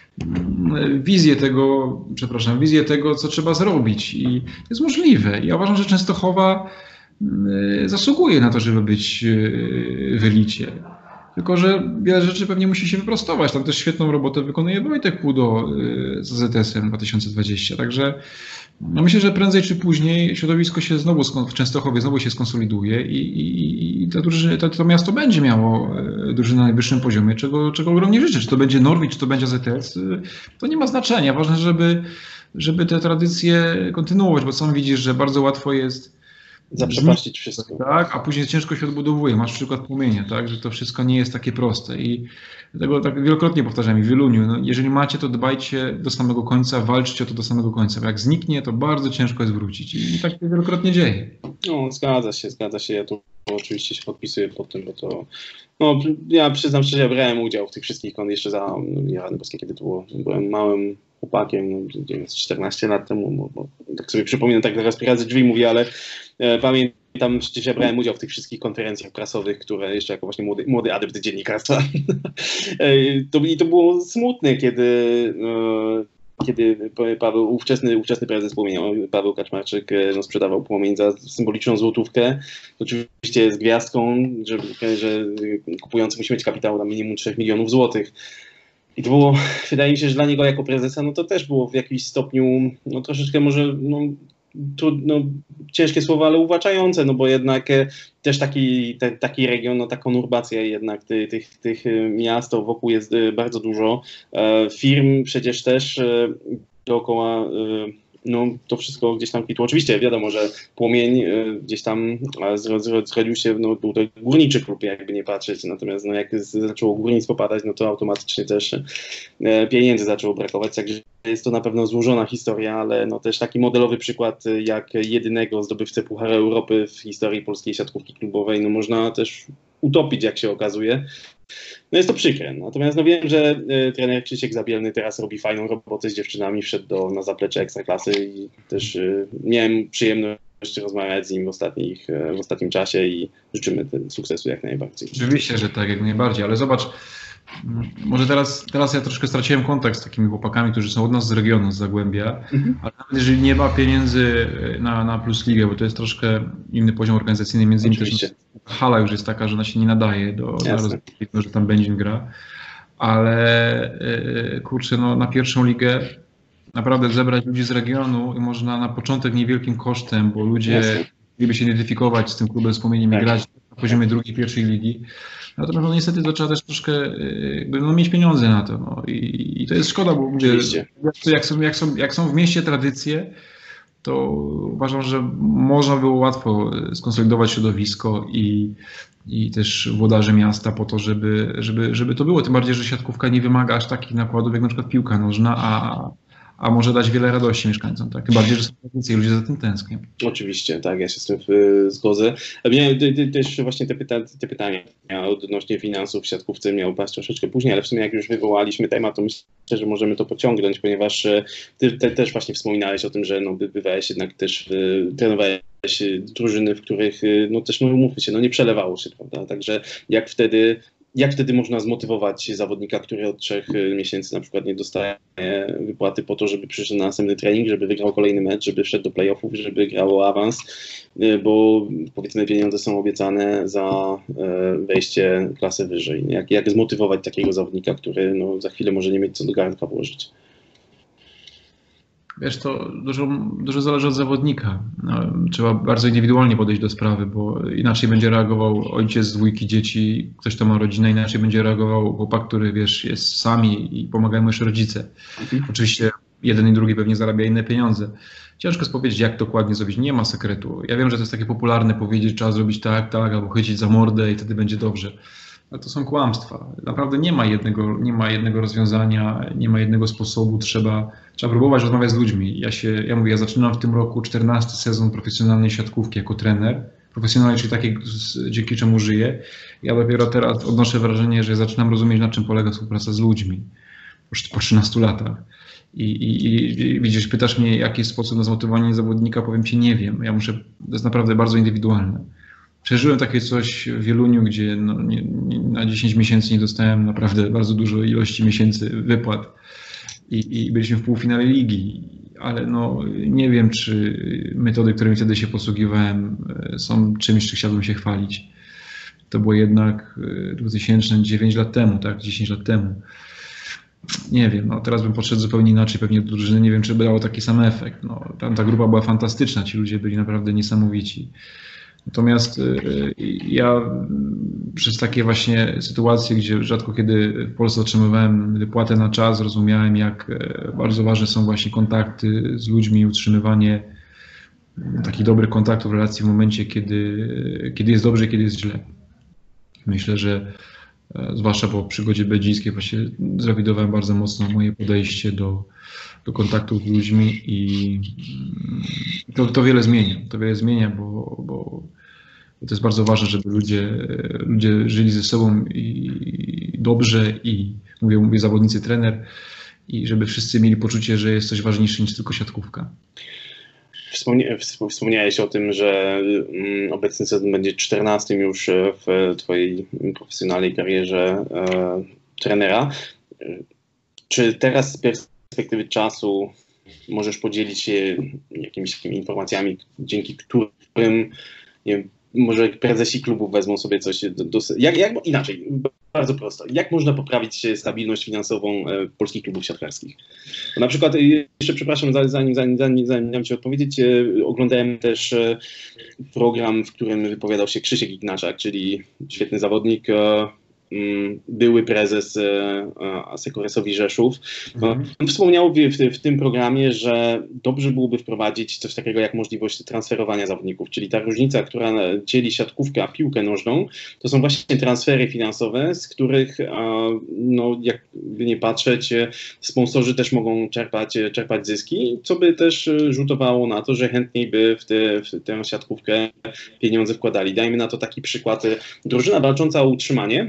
wizję tego, przepraszam, wizję tego, co trzeba zrobić i to jest możliwe. Ja uważam, że Częstochowa zasługuje na to, żeby być w elicie. Tylko że wiele rzeczy pewnie musi się wyprostować. Tam też świetną robotę wykonuje Wojtek Pudo z A Z S-em dwa tysiące dwudziestym. Także no myślę, że prędzej czy później środowisko się znowu w Częstochowie znowu się skonsoliduje i, i, i to, to, to miasto będzie miało drużynę na najwyższym poziomie, czego, czego ogromnie życzę. Czy to będzie Norwid, czy to będzie A Z S, to nie ma znaczenia. Ważne, żeby, żeby te tradycje kontynuować, bo sam widzisz, że bardzo łatwo jest zaprzepaścić wszystko. Tak, a później ciężko się odbudowuje. Masz przykład Płomienia, tak, że to wszystko nie jest takie proste i dlatego tak wielokrotnie powtarzam i w Wieluniu, no, jeżeli macie, to dbajcie do samego końca, walczcie o to do samego końca. Bo jak zniknie, to bardzo ciężko jest wrócić i, i tak się wielokrotnie dzieje. No, zgadza się, zgadza się. Ja tu oczywiście się podpisuję pod tym, bo to, no, ja przyznam szczerze, ja brałem udział w tych wszystkich kon jeszcze za, nie wiem, kiedy to było, byłem małym chłopakiem, no, czternaście lat temu, bo, bo tak sobie przypominam, tak teraz przy drzwi mówię, ale e, pamiętam, przecież ja brałem udział w tych wszystkich konferencjach prasowych, które jeszcze jako właśnie młody, młody adept dziennikarstwa. e, to, I to było smutne, kiedy e, kiedy Paweł, ówczesny, ówczesny prezes Płomienia, Paweł Kaczmarczyk, no, sprzedawał Płomień za symboliczną złotówkę. Oczywiście z gwiazdką, że, że kupujący musi mieć kapitał na minimum trzech milionów złotych. I to było, wydaje mi się, że dla niego jako prezesa, no to też było w jakimś stopniu, no troszeczkę może, no, trudno, ciężkie słowa, ale uwłaczające, no bo jednak e, też taki, te, taki region, no ta konurbacja jednak ty, tych, tych miast wokół jest e, bardzo dużo. E, firm przecież też e, dookoła, e, no to wszystko gdzieś tam kwitło. Oczywiście wiadomo, że Płomień e, gdzieś tam zrodził się, no był to górniczy klub, jakby nie patrzeć, natomiast no jak zaczęło górnictwo padać, no to automatycznie też e, pieniędzy zaczęło brakować, także jest to na pewno złożona historia, ale no też taki modelowy przykład jak jedynego zdobywcę Pucharu Europy w historii polskiej siatkówki klubowej, no można też utopić, jak się okazuje. No jest to przykre. Natomiast no wiem, że e, trener Krzysiek Zabielny teraz robi fajną robotę z dziewczynami, wszedł do, na zaplecze Ekstraklasy i też e, miałem przyjemność rozmawiać z nim w, ostatnich, e, w ostatnim czasie i życzymy ten sukcesu jak najbardziej. Oczywiście, że tak, jak najbardziej, ale zobacz, może teraz, teraz ja troszkę straciłem kontakt z takimi chłopakami, którzy są od nas z regionu, z Zagłębia, mhm. ale nawet jeżeli nie ma pieniędzy na, na Plus Ligę, bo to jest troszkę inny poziom organizacyjny, między innymi też hala już jest taka, że ona się nie nadaje do, do rozwoju, że tam Będzin gra, ale kurczę, no, na pierwszą ligę naprawdę zebrać ludzi z regionu i można na początek niewielkim kosztem, bo ludzie chcieliby się identyfikować z tym klubem, z Płomieniem i grać na poziomie drugiej, pierwszej ligi. Natomiast no, niestety to trzeba też troszkę jakby, no, mieć pieniądze na to. No. I, I to jest szkoda, bo ludzie, jak są, jak, są, jak są w mieście tradycje, to uważam, że można było łatwo skonsolidować środowisko i, i też włodarzy miasta po to, żeby, żeby, żeby to było. Tym bardziej, że siatkówka nie wymaga aż takich nakładów jak na przykład piłka nożna, a a może dać wiele radości mieszkańcom, tak? Tym bardziej, że są tradycje i ludzie za tym tęsknią. Oczywiście, tak, ja się z tym y, zgodzę. Miałem też właśnie te, pyta te pytania odnośnie finansów w siatkówce miał paść troszeczkę później, ale w sumie jak już wywołaliśmy temat, to myślę, że możemy to pociągnąć, ponieważ ty te, też właśnie wspominałeś o tym, że no, bywałeś jednak też, y, trenowałeś drużyny, w których, y, no też, no umówmy się, no nie przelewało się, prawda? Także jak wtedy Jak wtedy można zmotywować zawodnika, który od trzech miesięcy na przykład nie dostaje wypłaty po to, żeby przyszedł na następny trening, żeby wygrał kolejny mecz, żeby wszedł do playoffów, żeby grał o awans, bo powiedzmy pieniądze są obiecane za wejście klasy wyżej. Jak, jak zmotywować takiego zawodnika, który no, za chwilę może nie mieć co do garnka włożyć? Wiesz, to dużo, dużo zależy od zawodnika. No, trzeba bardzo indywidualnie podejść do sprawy, bo inaczej będzie reagował ojciec z dwójki dzieci, ktoś, kto ma rodzinę, inaczej będzie reagował chłopak, który, wiesz, jest sami i pomagają mu jeszcze rodzice. Mhm. Oczywiście jeden i drugi pewnie zarabia inne pieniądze. Ciężko jest powiedzieć, jak dokładnie zrobić, nie ma sekretu. Ja wiem, że to jest takie popularne powiedzieć, trzeba zrobić tak, tak, albo chycić za mordę i wtedy będzie dobrze. Ale to są kłamstwa. Naprawdę nie ma jednego, nie ma jednego rozwiązania, nie ma jednego sposobu. Trzeba, trzeba próbować rozmawiać z ludźmi. Ja się, ja mówię, ja zaczynam w tym roku czternasty sezon profesjonalnej siatkówki jako trener. Profesjonalnej, czyli takiej, dzięki czemu żyję. Ja dopiero teraz odnoszę wrażenie, że zaczynam rozumieć, na czym polega współpraca z ludźmi. Po trzynastu latach. I, i, i widzisz, pytasz mnie, jaki jest sposób na zmotywowanie zawodnika, powiem ci, nie wiem. Ja muszę, to jest naprawdę bardzo indywidualne. Przeżyłem takie coś w Wieluniu, gdzie no, nie, nie, na dziesięć miesięcy nie dostałem naprawdę bardzo dużo ilości miesięcy wypłat i, i byliśmy w półfinale ligi, ale no, nie wiem, czy metody, którymi wtedy się posługiwałem, są czymś, czy chciałbym się chwalić. To było jednak dwa tysiące dziewięć lat temu, tak, dziesięć lat temu. Nie wiem, no teraz bym podszedł zupełnie inaczej, pewnie do drużyny, nie wiem, czy by dało taki sam efekt. No, tam ta grupa była fantastyczna, ci ludzie byli naprawdę niesamowici. Natomiast ja przez takie właśnie sytuacje, gdzie rzadko kiedy w Polsce otrzymywałem wypłatę na czas, zrozumiałem, jak bardzo ważne są właśnie kontakty z ludźmi, utrzymywanie takich dobrych kontaktów, relacji w momencie, kiedy, kiedy jest dobrze, kiedy jest źle. Myślę, że zwłaszcza po przygodzie belgijskiej właśnie zrewidowałem bardzo mocno moje podejście do, do kontaktów z ludźmi i to, to wiele zmienia. To wiele zmienia, bo, bo to jest bardzo ważne, żeby ludzie, ludzie żyli ze sobą i dobrze i mówię, mówię zawodnicy, trener i żeby wszyscy mieli poczucie, że jest coś ważniejsze niż tylko siatkówka. Wspomniałeś o tym, że obecny sezon będzie czternastym już w twojej profesjonalnej karierze e, trenera. Czy teraz z perspektywy czasu możesz podzielić się jakimiś takimi informacjami, dzięki którym nie wiem, może prezesi klubów wezmą sobie coś do, do jak, jak, inaczej, bardzo prosto. Jak można poprawić stabilność finansową e, polskich klubów siatkarskich? Bo na przykład, jeszcze przepraszam, zanim, zanim, zanim, zanim dam Ci odpowiedzieć, e, oglądałem też e, program, w którym wypowiadał się Krzysiek Ignaczak, czyli świetny zawodnik, e, były prezes Asecuresowi Rzeszów. Mhm. Wspomniał w, w, w tym programie, że dobrze byłoby wprowadzić coś takiego jak możliwość transferowania zawodników, czyli ta różnica, która dzieli siatkówkę a piłkę nożną, to są właśnie transfery finansowe, z których, no, jakby nie patrzeć, sponsorzy też mogą czerpać, czerpać zyski, co by też rzutowało na to, że chętniej by w, te, w tę siatkówkę pieniądze wkładali. Dajmy na to taki przykład. Drużyna walcząca o utrzymanie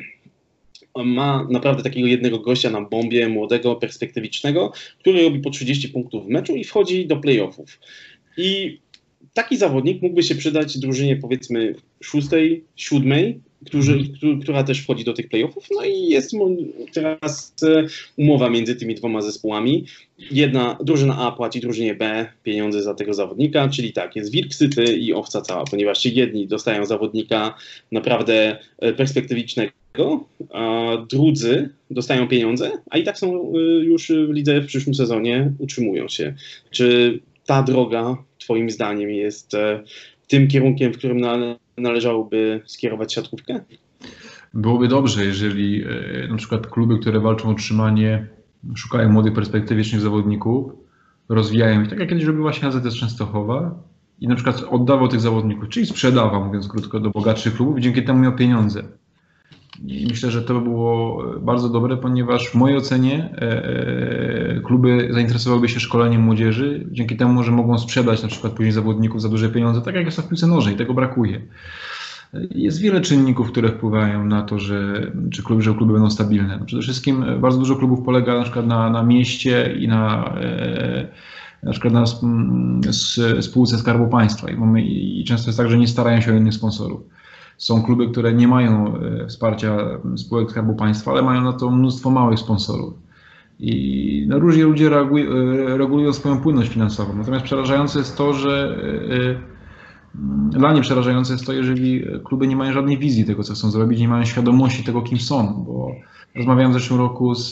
ma naprawdę takiego jednego gościa na bombie, młodego, perspektywicznego, który robi po trzydzieści punktów w meczu i wchodzi do play-offów. I taki zawodnik mógłby się przydać drużynie powiedzmy szóstej, siódmej, którzy, która też wchodzi do tych play-offów. No i jest teraz umowa między tymi dwoma zespołami. Jedna drużyna A płaci drużynie B pieniądze za tego zawodnika, czyli tak, jest wilk syty i owca cała, ponieważ ci jedni dostają zawodnika naprawdę perspektywicznego, a drudzy dostają pieniądze, a i tak są już w lidze w przyszłym sezonie, utrzymują się. Czy ta droga twoim zdaniem jest tym kierunkiem, w którym nale należałoby skierować siatkówkę? Byłoby dobrze, jeżeli e, na przykład kluby, które walczą o utrzymanie, szukają młodych, perspektywicznych zawodników, rozwijają ich, tak jak kiedyś robiła się A Z S Częstochowa i na przykład oddawał tych zawodników, czyli sprzedawał, mówiąc krótko, do bogatszych klubów i dzięki temu miał pieniądze. I myślę, że to by było bardzo dobre, ponieważ w mojej ocenie e, kluby zainteresowałyby się szkoleniem młodzieży, dzięki temu, że mogą sprzedać na przykład później zawodników za duże pieniądze, tak jak jest to w piłce nożnej, tego brakuje. Jest wiele czynników, które wpływają na to, że, czy kluby, że kluby będą stabilne. Przede wszystkim bardzo dużo klubów polega na przykład na, na mieście i na, e, na przykład na spółce Skarbu Państwa I, mamy, i często jest tak, że nie starają się o innych sponsorów. Są kluby, które nie mają wsparcia spółek Skarbu Państwa, ale mają na to mnóstwo małych sponsorów. I no, różnie ludzie reagują, regulują swoją płynność finansową. Natomiast przerażające jest to, że dla mnie przerażające jest to, jeżeli kluby nie mają żadnej wizji tego, co chcą zrobić, nie mają świadomości tego, kim są. Bo rozmawiałem w zeszłym roku z,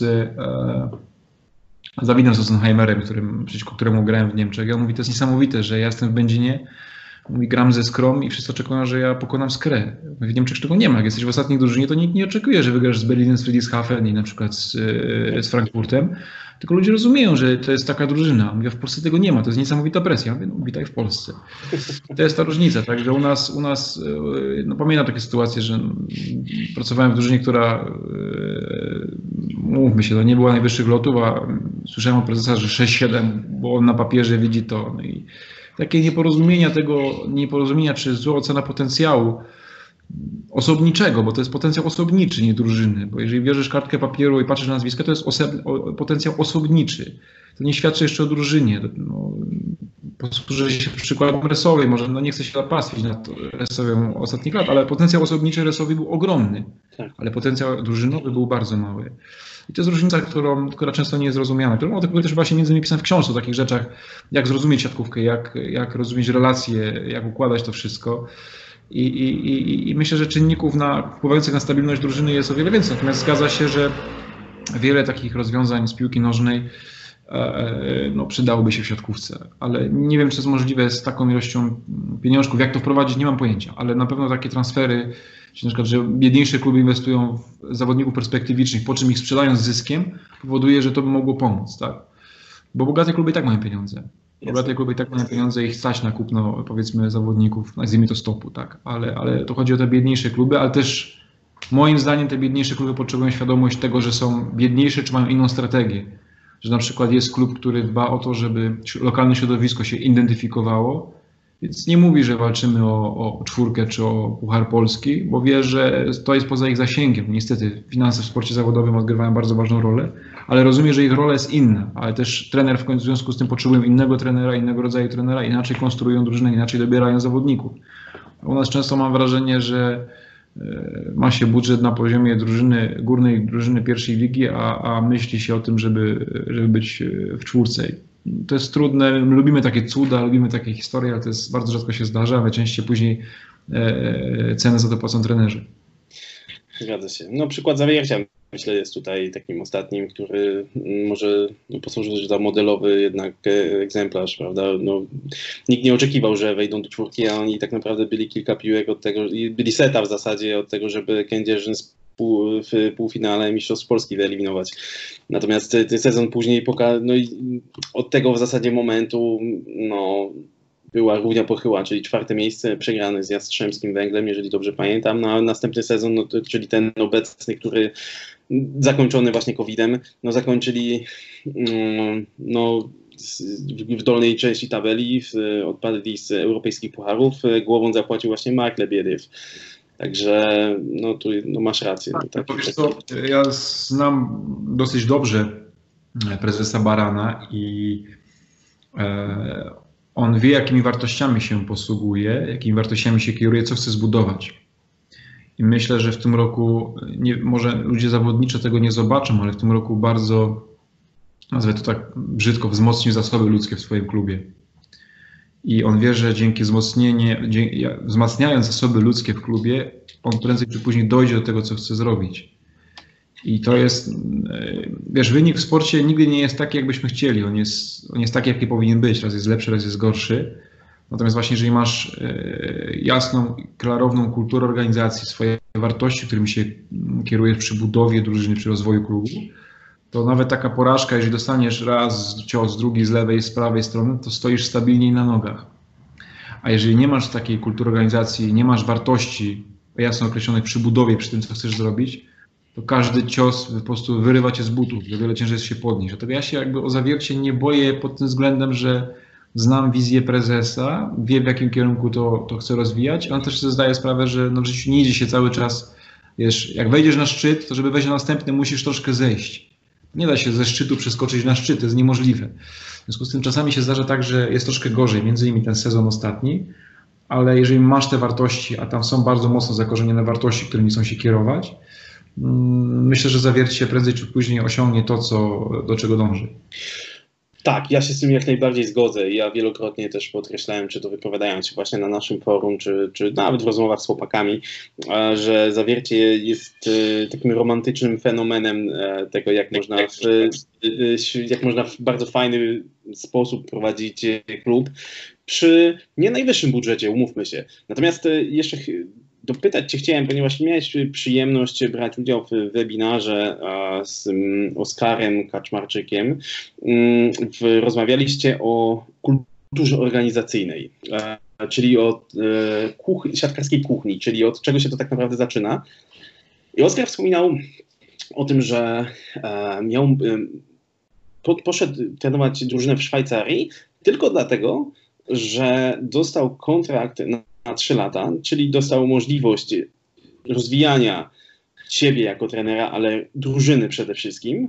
z Dawidem Sossenheimerem, którym, przeciwko któremu grałem w Niemczech. I on mówi, to jest niesamowite, że ja jestem w Będzinie, mówi, gram ze Skrom i wszyscy oczekują, że ja pokonam Skrę. W Niemczech tego nie ma. Jak jesteś w ostatniej drużynie, to nikt nie oczekuje, że wygrasz z Berlinem, z Friedrichshafen i na przykład z, z Frankfurtem. Tylko ludzie rozumieją, że to jest taka drużyna. Mówię, w Polsce tego nie ma, to jest niesamowita presja. Mówię, no witaj w Polsce. To jest ta różnica, także u nas, u nas no pamiętam takie sytuacje, że pracowałem w drużynie, która, mówmy się, to nie była najwyższych lotów, a słyszałem od prezesa, że sześć siedem, bo on na papierze widzi to. No i takie nieporozumienia tego, nieporozumienia czy zła ocena potencjału osobniczego, bo to jest potencjał osobniczy, nie drużyny, bo jeżeli bierzesz kartkę papieru i patrzysz na nazwisko, to jest o, potencjał osobniczy. To nie świadczy jeszcze o drużynie. No, posłużę się przykładem Resowej, może no nie chcę się napastwić nad Resową ostatnich lat, ale potencjał osobniczy Resowi był ogromny, tak. Ale potencjał drużynowy był bardzo mały. I to jest różnica, którą, która często nie jest zrozumiana. Którą no, też właśnie między innymi pisałem w książce o takich rzeczach, jak zrozumieć siatkówkę, jak, jak rozumieć relacje, jak układać to wszystko. I, i, i, I myślę, że czynników na, wpływających na stabilność drużyny jest o wiele więcej. Natomiast zgadza się, że wiele takich rozwiązań z piłki nożnej e, no, przydałoby się w siatkówce. Ale nie wiem, czy to jest możliwe z taką ilością pieniążków. Jak to wprowadzić, nie mam pojęcia. Ale na pewno takie transfery, czyli na przykład, że biedniejsze kluby inwestują w zawodników perspektywicznych, po czym ich sprzedają z zyskiem, powoduje, że to by mogło pomóc. Tak? Bo bogate kluby i tak mają pieniądze. Bogate kluby i tak mają pieniądze i ich stać na kupno, powiedzmy, zawodników, nazwijmy to stopu, tak, ale, ale to chodzi o te biedniejsze kluby, ale też moim zdaniem te biedniejsze kluby potrzebują świadomość tego, że są biedniejsze, czy mają inną strategię. Że na przykład jest klub, który dba o to, żeby lokalne środowisko się identyfikowało, więc nie mówi, że walczymy o, o czwórkę czy o Puchar Polski, bo wie, że to jest poza ich zasięgiem. Niestety finanse w sporcie zawodowym odgrywają bardzo ważną rolę, ale rozumie, że ich rola jest inna, ale też trener w końcu w związku z tym potrzebują innego trenera, innego rodzaju trenera, inaczej konstruują drużynę, inaczej dobierają zawodników. U nas często mam wrażenie, że ma się budżet na poziomie drużyny górnej, drużyny pierwszej ligi, a, a myśli się o tym, żeby, żeby być w czwórce. To jest trudne, lubimy takie cuda, lubimy takie historie, ale to jest bardzo rzadko się zdarza, a najczęściej później e, cenę za to płacą trenerzy. Zgadza się. No przykład Zawiercia, myślę, jest tutaj takim ostatnim, który może posłużyć za modelowy jednak egzemplarz, prawda? No, nikt nie oczekiwał, że wejdą do czwórki, a oni tak naprawdę byli kilka piłek od tego, byli seta w zasadzie od tego, żeby Kędzierzyn pół, w półfinale Mistrzostw Polski wyeliminować. Natomiast ten sezon później pokazał, no i od tego w zasadzie momentu, no była równia pochyła, czyli czwarte miejsce przegrane z Jastrzębskim Węglem, jeżeli dobrze pamiętam, no a następny sezon, no, to, czyli ten obecny, który zakończony właśnie kowidem, no zakończyli no, w dolnej części tabeli, odpadli z europejskich pucharów, głową zapłacił właśnie Mark Lebiediew. Także no tu no, masz rację. Tak, no, taki, wiesz co, ja znam dosyć dobrze prezesa Barana i e, on wie, jakimi wartościami się posługuje, jakimi wartościami się kieruje, co chce zbudować. I myślę, że w tym roku, nie, może ludzie zawodniczo tego nie zobaczą, ale w tym roku bardzo, nazwę to tak brzydko, wzmocnił zasoby ludzkie w swoim klubie. I on wie, że dzięki wzmocnieniu, dzięki, wzmacniając zasoby ludzkie w klubie, on prędzej czy później dojdzie do tego, co chce zrobić. I to jest, wiesz, wynik w sporcie nigdy nie jest taki, jakbyśmy chcieli. On jest, on jest taki, jaki powinien być. Raz jest lepszy, raz jest gorszy. Natomiast właśnie, jeżeli masz jasną, klarowną kulturę organizacji, swoje wartości, którymi się kierujesz przy budowie drużyny, przy rozwoju klubu, to nawet taka porażka, jeżeli dostaniesz raz cios, drugi z lewej, z prawej strony, to stoisz stabilniej na nogach. A jeżeli nie masz takiej kultury organizacji, nie masz wartości jasno określonych przy budowie, przy tym, co chcesz zrobić, to każdy cios po prostu wyrywa cię z butów, o wiele ciężej jest się podnieść. Dlatego ja się jakby o Zawiercie nie boję pod tym względem, że znam wizję prezesa, wie, w jakim kierunku to, to chce rozwijać. On też sobie zdaje sprawę, że no w życiu nie idzie się cały czas, wiesz, jak wejdziesz na szczyt, to żeby wejść na następny, musisz troszkę zejść. Nie da się ze szczytu przeskoczyć na szczyt, to jest niemożliwe. W związku z tym czasami się zdarza tak, że jest troszkę gorzej, między innymi ten sezon ostatni, ale jeżeli masz te wartości, a tam są bardzo mocno zakorzenione wartości, którymi chcą się kierować, myślę, że Zawiercie prędzej czy później osiągnie to, co, do czego dąży. Tak, ja się z tym jak najbardziej zgodzę. Ja wielokrotnie też podkreślałem, czy to wypowiadając się właśnie na naszym forum, czy, czy nawet w rozmowach z chłopakami, że Zawiercie jest takim romantycznym fenomenem tego, jak można w, jak można w bardzo fajny sposób prowadzić klub przy nie najwyższym budżecie, umówmy się. Natomiast jeszcze dopytać Cię chciałem, ponieważ miałeś przyjemność brać udział w webinarze z Oskarem Kaczmarczykiem. Rozmawialiście o kulturze organizacyjnej, czyli o kuch- siatkarskiej kuchni, czyli od czego się to tak naprawdę zaczyna. I Oskar wspominał o tym, że miał, poszedł trenować drużynę w Szwajcarii tylko dlatego, że dostał kontrakt na na trzy lata, czyli dostał możliwość rozwijania siebie jako trenera, ale drużyny przede wszystkim.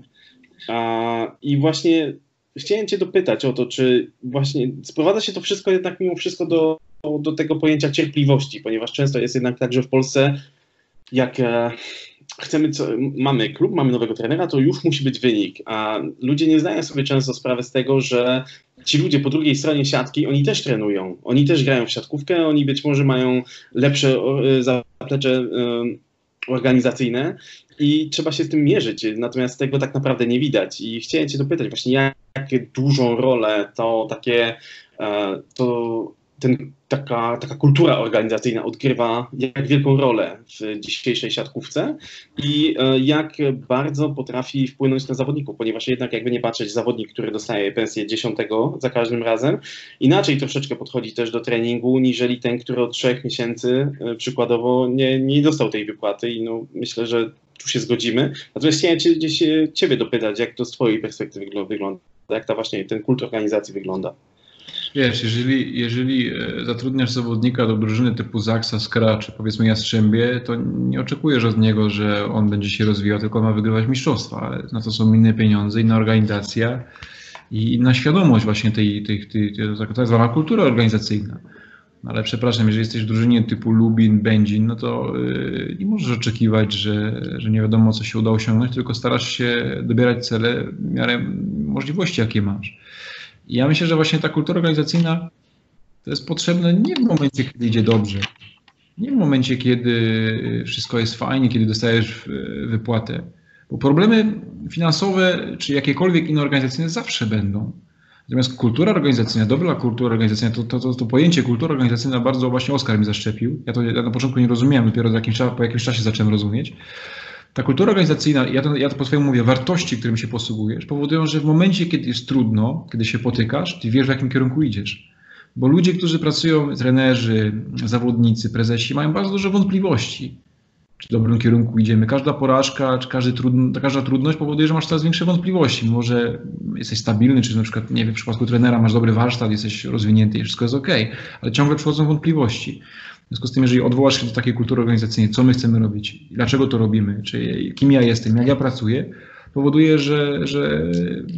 A, I właśnie chciałem Cię dopytać o to, czy właśnie sprowadza się to wszystko jednak mimo wszystko do, do tego pojęcia cierpliwości, ponieważ często jest jednak tak, że w Polsce jak e, chcemy, co, mamy klub, mamy nowego trenera, to już musi być wynik, a ludzie nie zdają sobie często sprawy z tego, że ci ludzie po drugiej stronie siatki, oni też trenują, oni też grają w siatkówkę, oni być może mają lepsze zaplecze organizacyjne i trzeba się z tym mierzyć, natomiast tego tak naprawdę nie widać. I chciałem Cię dopytać właśnie, jak, jakie dużą rolę to takie, to ten, taka, taka kultura organizacyjna odgrywa jak wielką rolę w dzisiejszej siatkówce i jak bardzo potrafi wpłynąć na zawodników, ponieważ jednak jakby nie patrzeć, zawodnik, który dostaje pensję dziesiątego za każdym razem, inaczej troszeczkę podchodzi też do treningu, niżeli ten, który od trzech miesięcy przykładowo nie, nie dostał tej wypłaty i no, myślę, że tu się zgodzimy. Natomiast chciałem cię, gdzieś ciebie dopytać, jak to z twojej perspektywy wygląda, jak ta właśnie ten kult organizacji wygląda. Wiesz, jeżeli, jeżeli zatrudniasz zawodnika do drużyny typu Zaksa, Skra, czy powiedzmy Jastrzębie, to nie oczekujesz od niego, że on będzie się rozwijał, tylko ma wygrywać mistrzostwa, ale na to są inne pieniądze, inna organizacja i inna świadomość właśnie tej, tej, tej, tej tak zwana kultura organizacyjna. No ale przepraszam, jeżeli jesteś w drużynie typu Lubin, Będzin, no to yy, nie możesz oczekiwać, że, że nie wiadomo, co się uda osiągnąć, tylko starasz się dobierać cele w miarę możliwości, jakie masz. I ja myślę, że właśnie ta kultura organizacyjna to jest potrzebne nie w momencie, kiedy idzie dobrze, nie w momencie, kiedy wszystko jest fajnie, kiedy dostajesz wypłatę, bo problemy finansowe czy jakiekolwiek inne organizacyjne zawsze będą. Natomiast kultura organizacyjna, dobra kultura organizacyjna, to, to, to, to pojęcie kultura organizacyjna bardzo właśnie Oskar mi zaszczepił. Ja to ja na początku nie rozumiałem, dopiero jakimś, po jakimś czasie zacząłem rozumieć. Ta kultura organizacyjna, ja to, ja to po swojemu mówię, wartości, którymi się posługujesz, powodują, że w momencie, kiedy jest trudno, kiedy się potykasz, ty wiesz, w jakim kierunku idziesz. Bo ludzie, którzy pracują, trenerzy, zawodnicy, prezesi, mają bardzo dużo wątpliwości, czy w dobrym kierunku idziemy. Każda porażka, czy każdy trudno, każda trudność powoduje, że masz coraz większe wątpliwości. Mimo że jesteś stabilny, czy na przykład, nie wiem, w przypadku trenera masz dobry warsztat, jesteś rozwinięty i wszystko jest okej, ale ciągle przychodzą wątpliwości. W związku z tym, jeżeli odwołasz się do takiej kultury organizacyjnej, co my chcemy robić, dlaczego to robimy, czy kim ja jestem, jak ja pracuję, powoduje, że, że,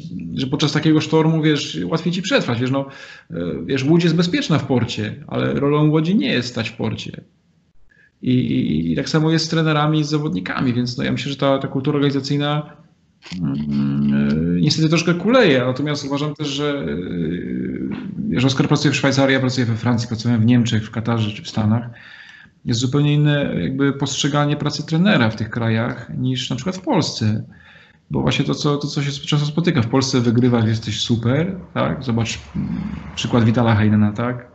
że podczas takiego sztormu, wiesz, łatwiej ci przetrwać. Wiesz, no, wiesz, łódź jest bezpieczna w porcie, ale rolą łodzi nie jest stać w porcie. I, i, i tak samo jest z trenerami i z zawodnikami, więc no, ja myślę, że ta, ta kultura organizacyjna yy, niestety troszkę kuleje, natomiast uważam też, że yy, że Oskar pracuje w Szwajcarii, ja pracuję we Francji, pracuję w Niemczech, w Katarze czy w Stanach. Jest zupełnie inne jakby postrzeganie pracy trenera w tych krajach niż na przykład w Polsce. Bo właśnie to, co, to, co się często spotyka. W Polsce wygrywasz, jesteś super, tak? Zobacz przykład Vitala Heinena, tak?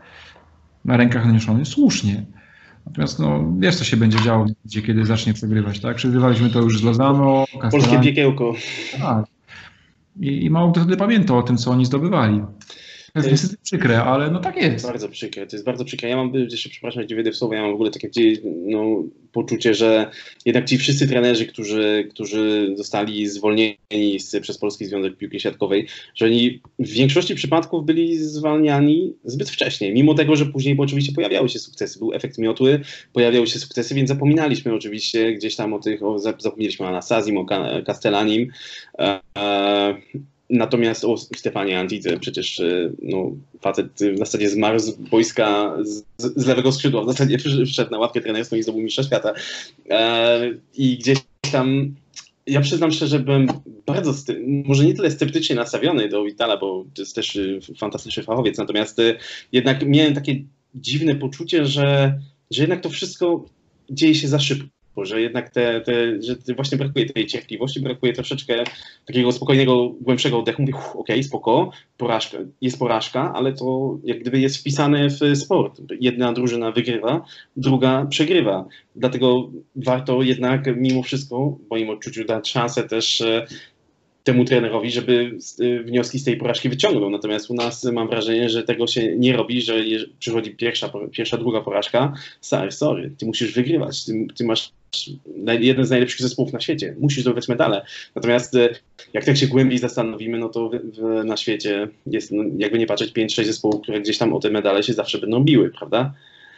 Na rękach naniesiony, słusznie. Natomiast no, wiesz, co się będzie działo, gdzie, kiedy zacznie przegrywać, tak? Przegrywaliśmy to już z Lozano, Polskie piekiełko. Tak. I, I mało kto wtedy pamięta o tym, co oni zdobywali. To jest niestety przykre, ale no tak jest. Bardzo przykre, to jest bardzo przykre. Ja mam, jeszcze przepraszam, że wejdę w słowo, ja mam w ogóle takie no, poczucie, że jednak ci wszyscy trenerzy, którzy, którzy zostali zwolnieni z, przez Polski Związek Piłki Siatkowej, że oni w większości przypadków byli zwalniani zbyt wcześnie, mimo tego, że później bo oczywiście pojawiały się sukcesy, był efekt miotły, pojawiały się sukcesy, więc zapominaliśmy oczywiście gdzieś tam o tych, o, zapomnieliśmy o Anastazim, o Castellanim, e, e, natomiast o Stefanie Antidze przecież no, facet w zasadzie zmarł z boiska z, z lewego skrzydła, w zasadzie wszedł na ławkę trenerską i zdobył mistrza świata. E, I gdzieś tam, ja przyznam szczerze, byłem bardzo, może nie tyle sceptycznie nastawiony do Vitala, bo to jest też fantastyczny fachowiec, natomiast jednak miałem takie dziwne poczucie, że, że jednak to wszystko dzieje się za szybko. Że jednak te, te, że właśnie brakuje tej cierpliwości, brakuje troszeczkę takiego spokojnego, głębszego oddechu. Mówię, okej, okay, spoko, porażka, jest porażka, ale to jak gdyby jest wpisane w sport. Jedna drużyna wygrywa, druga przegrywa. Dlatego warto jednak mimo wszystko, w moim odczuciu, dać szansę też temu trenerowi, żeby wnioski z tej porażki wyciągnął. Natomiast u nas mam wrażenie, że tego się nie robi, że przychodzi pierwsza, pierwsza druga porażka. Sorry, sorry, ty musisz wygrywać, ty, ty masz jeden z najlepszych zespołów na świecie, musisz zdobywać medale. Natomiast jak tak się głębiej zastanowimy, no to w, w, na świecie jest, no, jakby nie patrzeć, pięć sześć zespołów, które gdzieś tam o te medale się zawsze będą biły, prawda?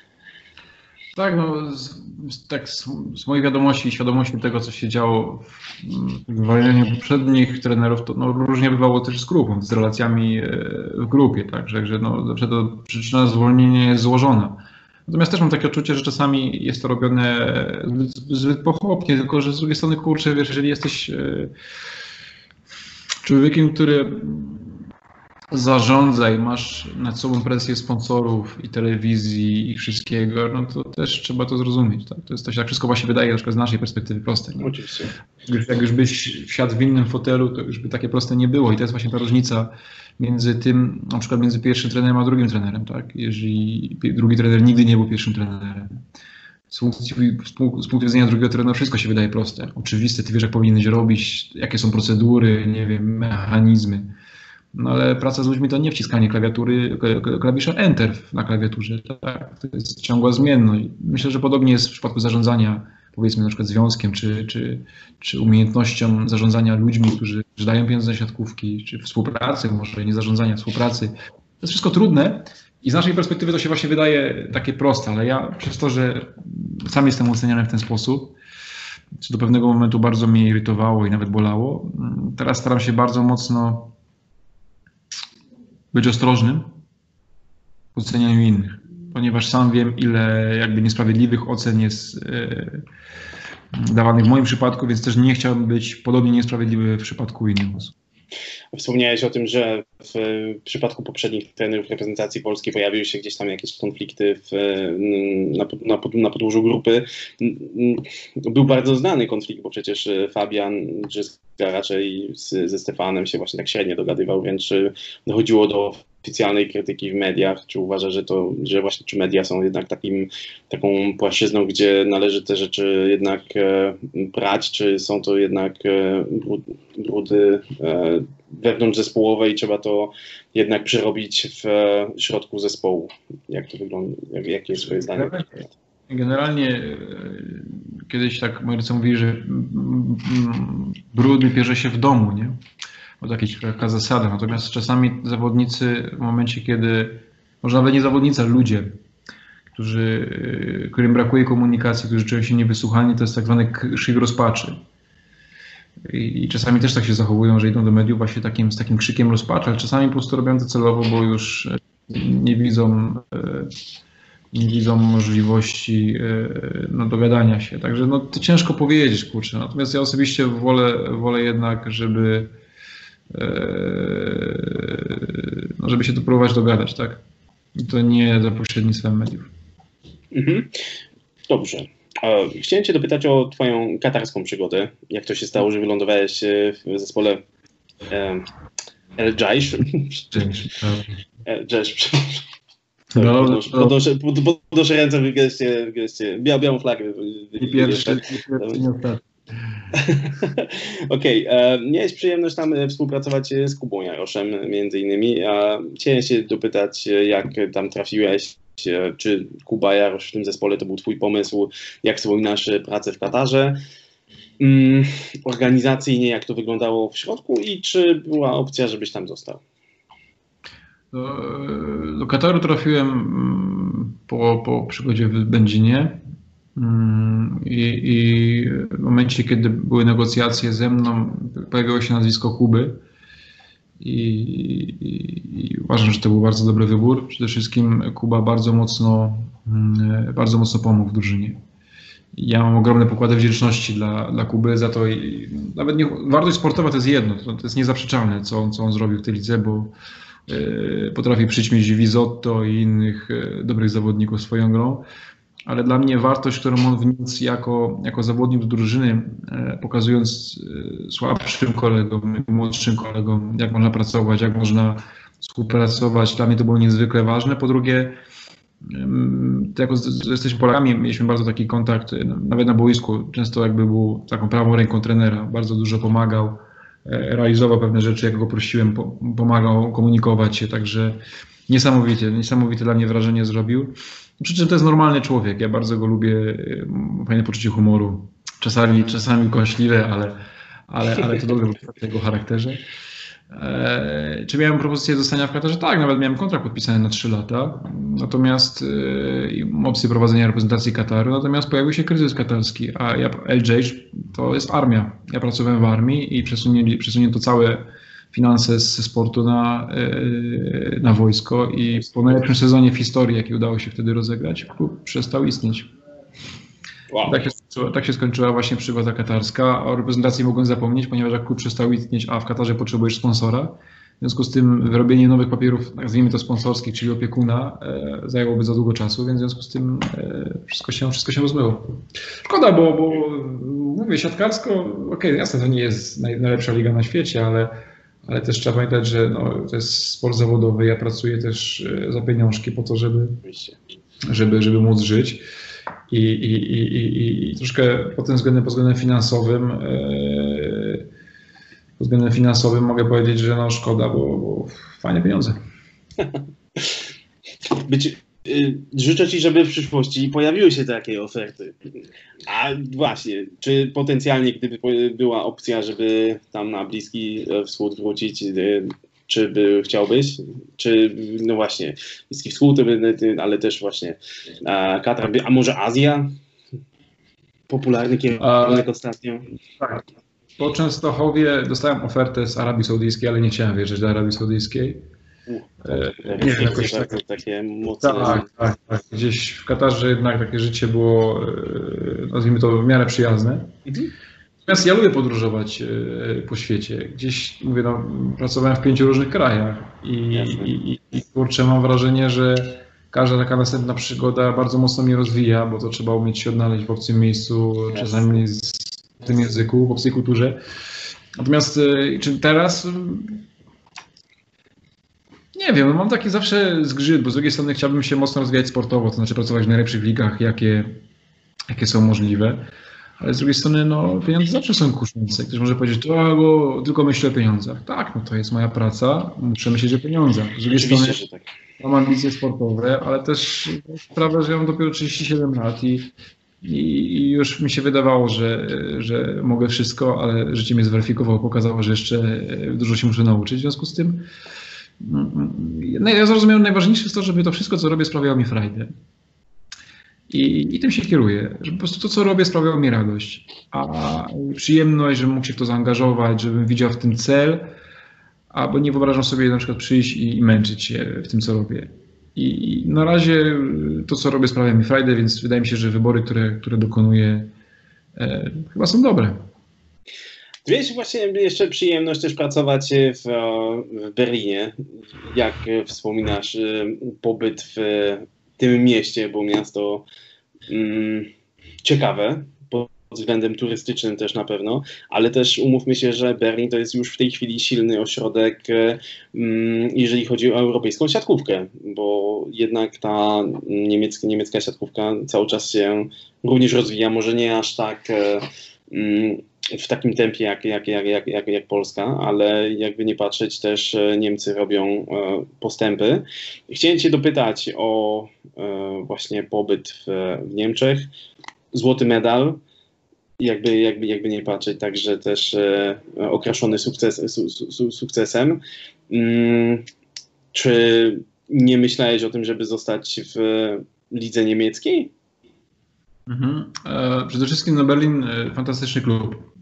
Tak, no z, tak z, z mojej wiadomości i świadomości tego, co się działo w wywaleniu poprzednich trenerów, to no, różnie bywało też z grupą, z relacjami w grupie, tak, że, że no, zawsze to przyczyna zwolnienia jest złożona. Natomiast też mam takie odczucie, że czasami jest to robione zbyt, zbyt pochopnie, tylko że z drugiej strony, kurczę, wiesz, jeżeli jesteś człowiekiem, który zarządza i masz nad sobą presję sponsorów i telewizji i wszystkiego, no to też trzeba to zrozumieć. Tak? To jest to się tak wszystko właśnie wydaje na przykład z naszej perspektywy proste. Nie? Oczywiście. Już, jak już byś wsiadł w innym fotelu, to już by takie proste nie było i to jest właśnie ta różnica między tym, na przykład między pierwszym trenerem a drugim trenerem. Tak? Jeżeli drugi trener nigdy nie był pierwszym trenerem. Z punktu, z punktu widzenia drugiego trenera wszystko się wydaje proste, oczywiste, ty wiesz jak powinieneś robić, jakie są procedury, nie wiem, mechanizmy. No ale praca z ludźmi to nie wciskanie klawiatury, klawisza Enter na klawiaturze, tak? To jest ciągła zmienność. Myślę, że podobnie jest w przypadku zarządzania, powiedzmy na przykład związkiem, czy, czy, czy umiejętnością zarządzania ludźmi, którzy dają pieniądze na siatkówki, czy współpracy, może nie zarządzania, współpracy. To jest wszystko trudne i z naszej perspektywy to się właśnie wydaje takie proste, ale ja przez to, że sam jestem oceniany w ten sposób, co do pewnego momentu bardzo mnie irytowało i nawet bolało, teraz staram się bardzo mocno być ostrożnym w ocenianiu innych, ponieważ sam wiem, ile jakby niesprawiedliwych ocen jest e, dawanych w moim przypadku, więc też nie chciałbym być podobnie niesprawiedliwy w przypadku innych osób. Wspomniałeś o tym, że w przypadku poprzednich trenerów reprezentacji polskiej pojawiły się gdzieś tam jakieś konflikty w, na, na, na podłożu grupy. Był bardzo znany konflikt, bo przecież Fabian Drzyzga raczej z, ze Stefanem się właśnie tak średnio dogadywał, więc czy dochodziło do oficjalnej krytyki w mediach? Czy uważa, że to, że właśnie czy media są jednak takim, taką płaszczyzną, gdzie należy te rzeczy jednak e, brać, czy są to jednak e, brudy e, wewnątrz zespołowe i trzeba to jednak przerobić w e, środku zespołu? Jak to wygląda? Jak, jakie jest swoje zdanie? Generalnie e, kiedyś tak moi rodzice mówili, że mm, brudy bierze się w domu, nie? O jakiejś taka zasada. Natomiast czasami zawodnicy w momencie, kiedy, może nawet nie zawodnicy, ale ludzie, którzy, którym brakuje komunikacji, którzy czują się niewysłuchani, to jest tak zwany krzyk rozpaczy. I, I czasami też tak się zachowują, że idą do mediów właśnie takim, z takim krzykiem rozpaczy, ale czasami po prostu robią to celowo, bo już nie widzą, nie widzą możliwości no, dogadania się. Także no, to ciężko powiedzieć, kurczę. Natomiast ja osobiście wolę, wolę jednak, żeby no, żeby się tu próbować dogadać, tak? I to nie za pośrednictwem mediów. Mhm. Dobrze. Chciałem Cię dopytać o Twoją katarską przygodę. Jak to się stało, że wylądowałeś w zespole El Jaish? Jaish, przepraszam. Podnoszę, podnoszę ręce w geście, w geście. Biał, białą flagę. I pierwszy, i nie ostatni. Okej, okay. Miałeś przyjemność tam współpracować z Kubą Jaroszem między innymi. Chciałem się dopytać, jak tam trafiłeś, czy Kuba Jarosz w tym zespole to był twój pomysł, jak wspominasz pracę w Katarze, um, organizacyjnie jak to wyglądało w środku i czy była opcja, żebyś tam został? Do, do Kataru trafiłem po, po przygodzie w Będzinie. I, I w momencie, kiedy były negocjacje ze mną, pojawiło się nazwisko Kuby i, i, i uważam, że to był bardzo dobry wybór. Przede wszystkim Kuba bardzo mocno, bardzo mocno pomógł w drużynie. Ja mam ogromne pokłady wdzięczności dla, dla Kuby za to. I nawet nie, wartość sportowa to jest jedno, to, to jest niezaprzeczalne, co, co on zrobił w tej lidze, bo y, potrafi przyćmić Wizotto i innych y, dobrych zawodników swoją grą. Ale dla mnie wartość, którą on wniósł jako, jako zawodnik do drużyny, e, pokazując e, słabszym kolegom, młodszym kolegom, jak można pracować, jak można współpracować, dla mnie to było niezwykle ważne. Po drugie, e, jako z, z, jesteśmy Polakami, mieliśmy bardzo taki kontakt, e, nawet na boisku, często jakby był taką prawą ręką trenera, bardzo dużo pomagał, e, realizował pewne rzeczy, jak go prosiłem, po, pomagał komunikować się, także niesamowite, niesamowite dla mnie wrażenie zrobił. Przy czym to jest normalny człowiek, ja bardzo go lubię, fajne poczucie humoru, czasami, czasami kąśliwe, ale, ale, ale to dobrze w jego charakterze. E, czy miałem propozycję zostania w Katarze? Tak, nawet miałem kontrakt podpisany na trzy lata, natomiast e, opcję prowadzenia reprezentacji Kataru, natomiast pojawił się kryzys katarski, a ja, El Jaish to jest armia. Ja pracowałem w armii i przesunięli, przesunięto całe finanse z sportu na, na wojsko i po najlepszym sezonie w historii, jaki udało się wtedy rozegrać, klub przestał istnieć. Wow. Tak, się skończyła, tak się skończyła właśnie przygoda katarska. O reprezentacji mogłem zapomnieć, ponieważ jak klub przestał istnieć, a w Katarze potrzebujesz sponsora, W związku z tym wyrobienie nowych papierów, nazwijmy to sponsorskich, czyli opiekuna, e, zajęłoby za długo czasu, więc w związku z tym e, wszystko, się, wszystko się rozmyło. Szkoda, bo, bo mówię, siatkarsko, okej, okay, jasne, to nie jest naj, najlepsza liga na świecie, ale, ale też trzeba pamiętać, że no, to jest sport zawodowy. Ja pracuję też za pieniążki po to, żeby, żeby, żeby móc żyć. I, i, i, i, i troszkę pod tym względem, pod względem finansowym, yy, pod względem finansowym mogę powiedzieć, że no szkoda, bo, bo fajne pieniądze. Być, yy, życzę Ci, żeby w przyszłości pojawiły się takie oferty. A właśnie, czy potencjalnie, gdyby była opcja, żeby tam na Bliski Wschód wrócić, yy, czy by chciałbyś? Czy, no właśnie, Bliski Wschód, ale też właśnie Katar, a może Azja? Popularny kierunek ostatnio. Tak. Po Częstochowie dostałem ofertę z Arabii Saudyjskiej, ale nie chciałem wjeżdżać do Arabii Saudyjskiej. Uh, nie wiem, jakoś tak, takie mocne. Tak, tak, tak. Gdzieś w Katarze jednak takie życie było, nazwijmy to, w miarę przyjazne. Mhm. Natomiast ja lubię podróżować po świecie. Gdzieś, mówię, no, pracowałem w pięciu różnych krajach i, i, i kurczę, mam wrażenie, że każda taka następna przygoda bardzo mocno mnie rozwija, bo to trzeba umieć się odnaleźć w obcym miejscu, Jasne. czasami w tym języku, w obcej kulturze. Natomiast czy teraz, nie wiem, mam taki zawsze zgrzyt, bo z drugiej strony chciałbym się mocno rozwijać sportowo, to znaczy pracować w najlepszych ligach, jakie, jakie są możliwe. Ale z drugiej strony, no, pieniądze zawsze są kuszące. Ktoś może powiedzieć, to bo tylko myślę o pieniądzach. Tak, no to jest moja praca, muszę myśleć o pieniądzach. Z drugiej strony tak. Mam ambicje sportowe, ale też sprawę, że ja mam dopiero trzydzieści siedem lat i, i, i już mi się wydawało, że, że mogę wszystko, ale życie mnie zweryfikowało, pokazało, że jeszcze dużo się muszę nauczyć. W związku z tym, no, ja zrozumiałem, najważniejsze jest to, żeby to wszystko, co robię, sprawiało mi frajdę. I, I tym się kieruję, że po prostu to, co robię, sprawiało mi radość, a przyjemność, żebym mógł się w to zaangażować, żebym widział w tym cel, albo nie wyobrażam sobie na przykład przyjść i, i męczyć się w tym, co robię. I, I na razie to, co robię, sprawia mi frajdę, więc wydaje mi się, że wybory, które, które dokonuję, e, chyba są dobre. Wiesz, właśnie jeszcze przyjemność też pracować w, w Berlinie. Jak wspominasz pobyt w tym mieście, bo miasto mm, ciekawe pod względem turystycznym też na pewno, ale też umówmy się, że Berlin to jest już w tej chwili silny ośrodek, mm, jeżeli chodzi o europejską siatkówkę, bo jednak ta niemiecka, niemiecka siatkówka cały czas się również rozwija, może nie aż tak mm, w takim tempie jak, jak, jak, jak, jak, jak Polska, ale jakby nie patrzeć, też Niemcy robią postępy. Chciałem Cię dopytać o właśnie pobyt w, w Niemczech. Złoty medal, jakby, jakby, jakby nie patrzeć, także też okraszony sukces, su, su, sukcesem. Czy nie myślałeś o tym, żeby zostać w lidze niemieckiej? Mhm. E, przede wszystkim na Berlin e, fantastyczny klub.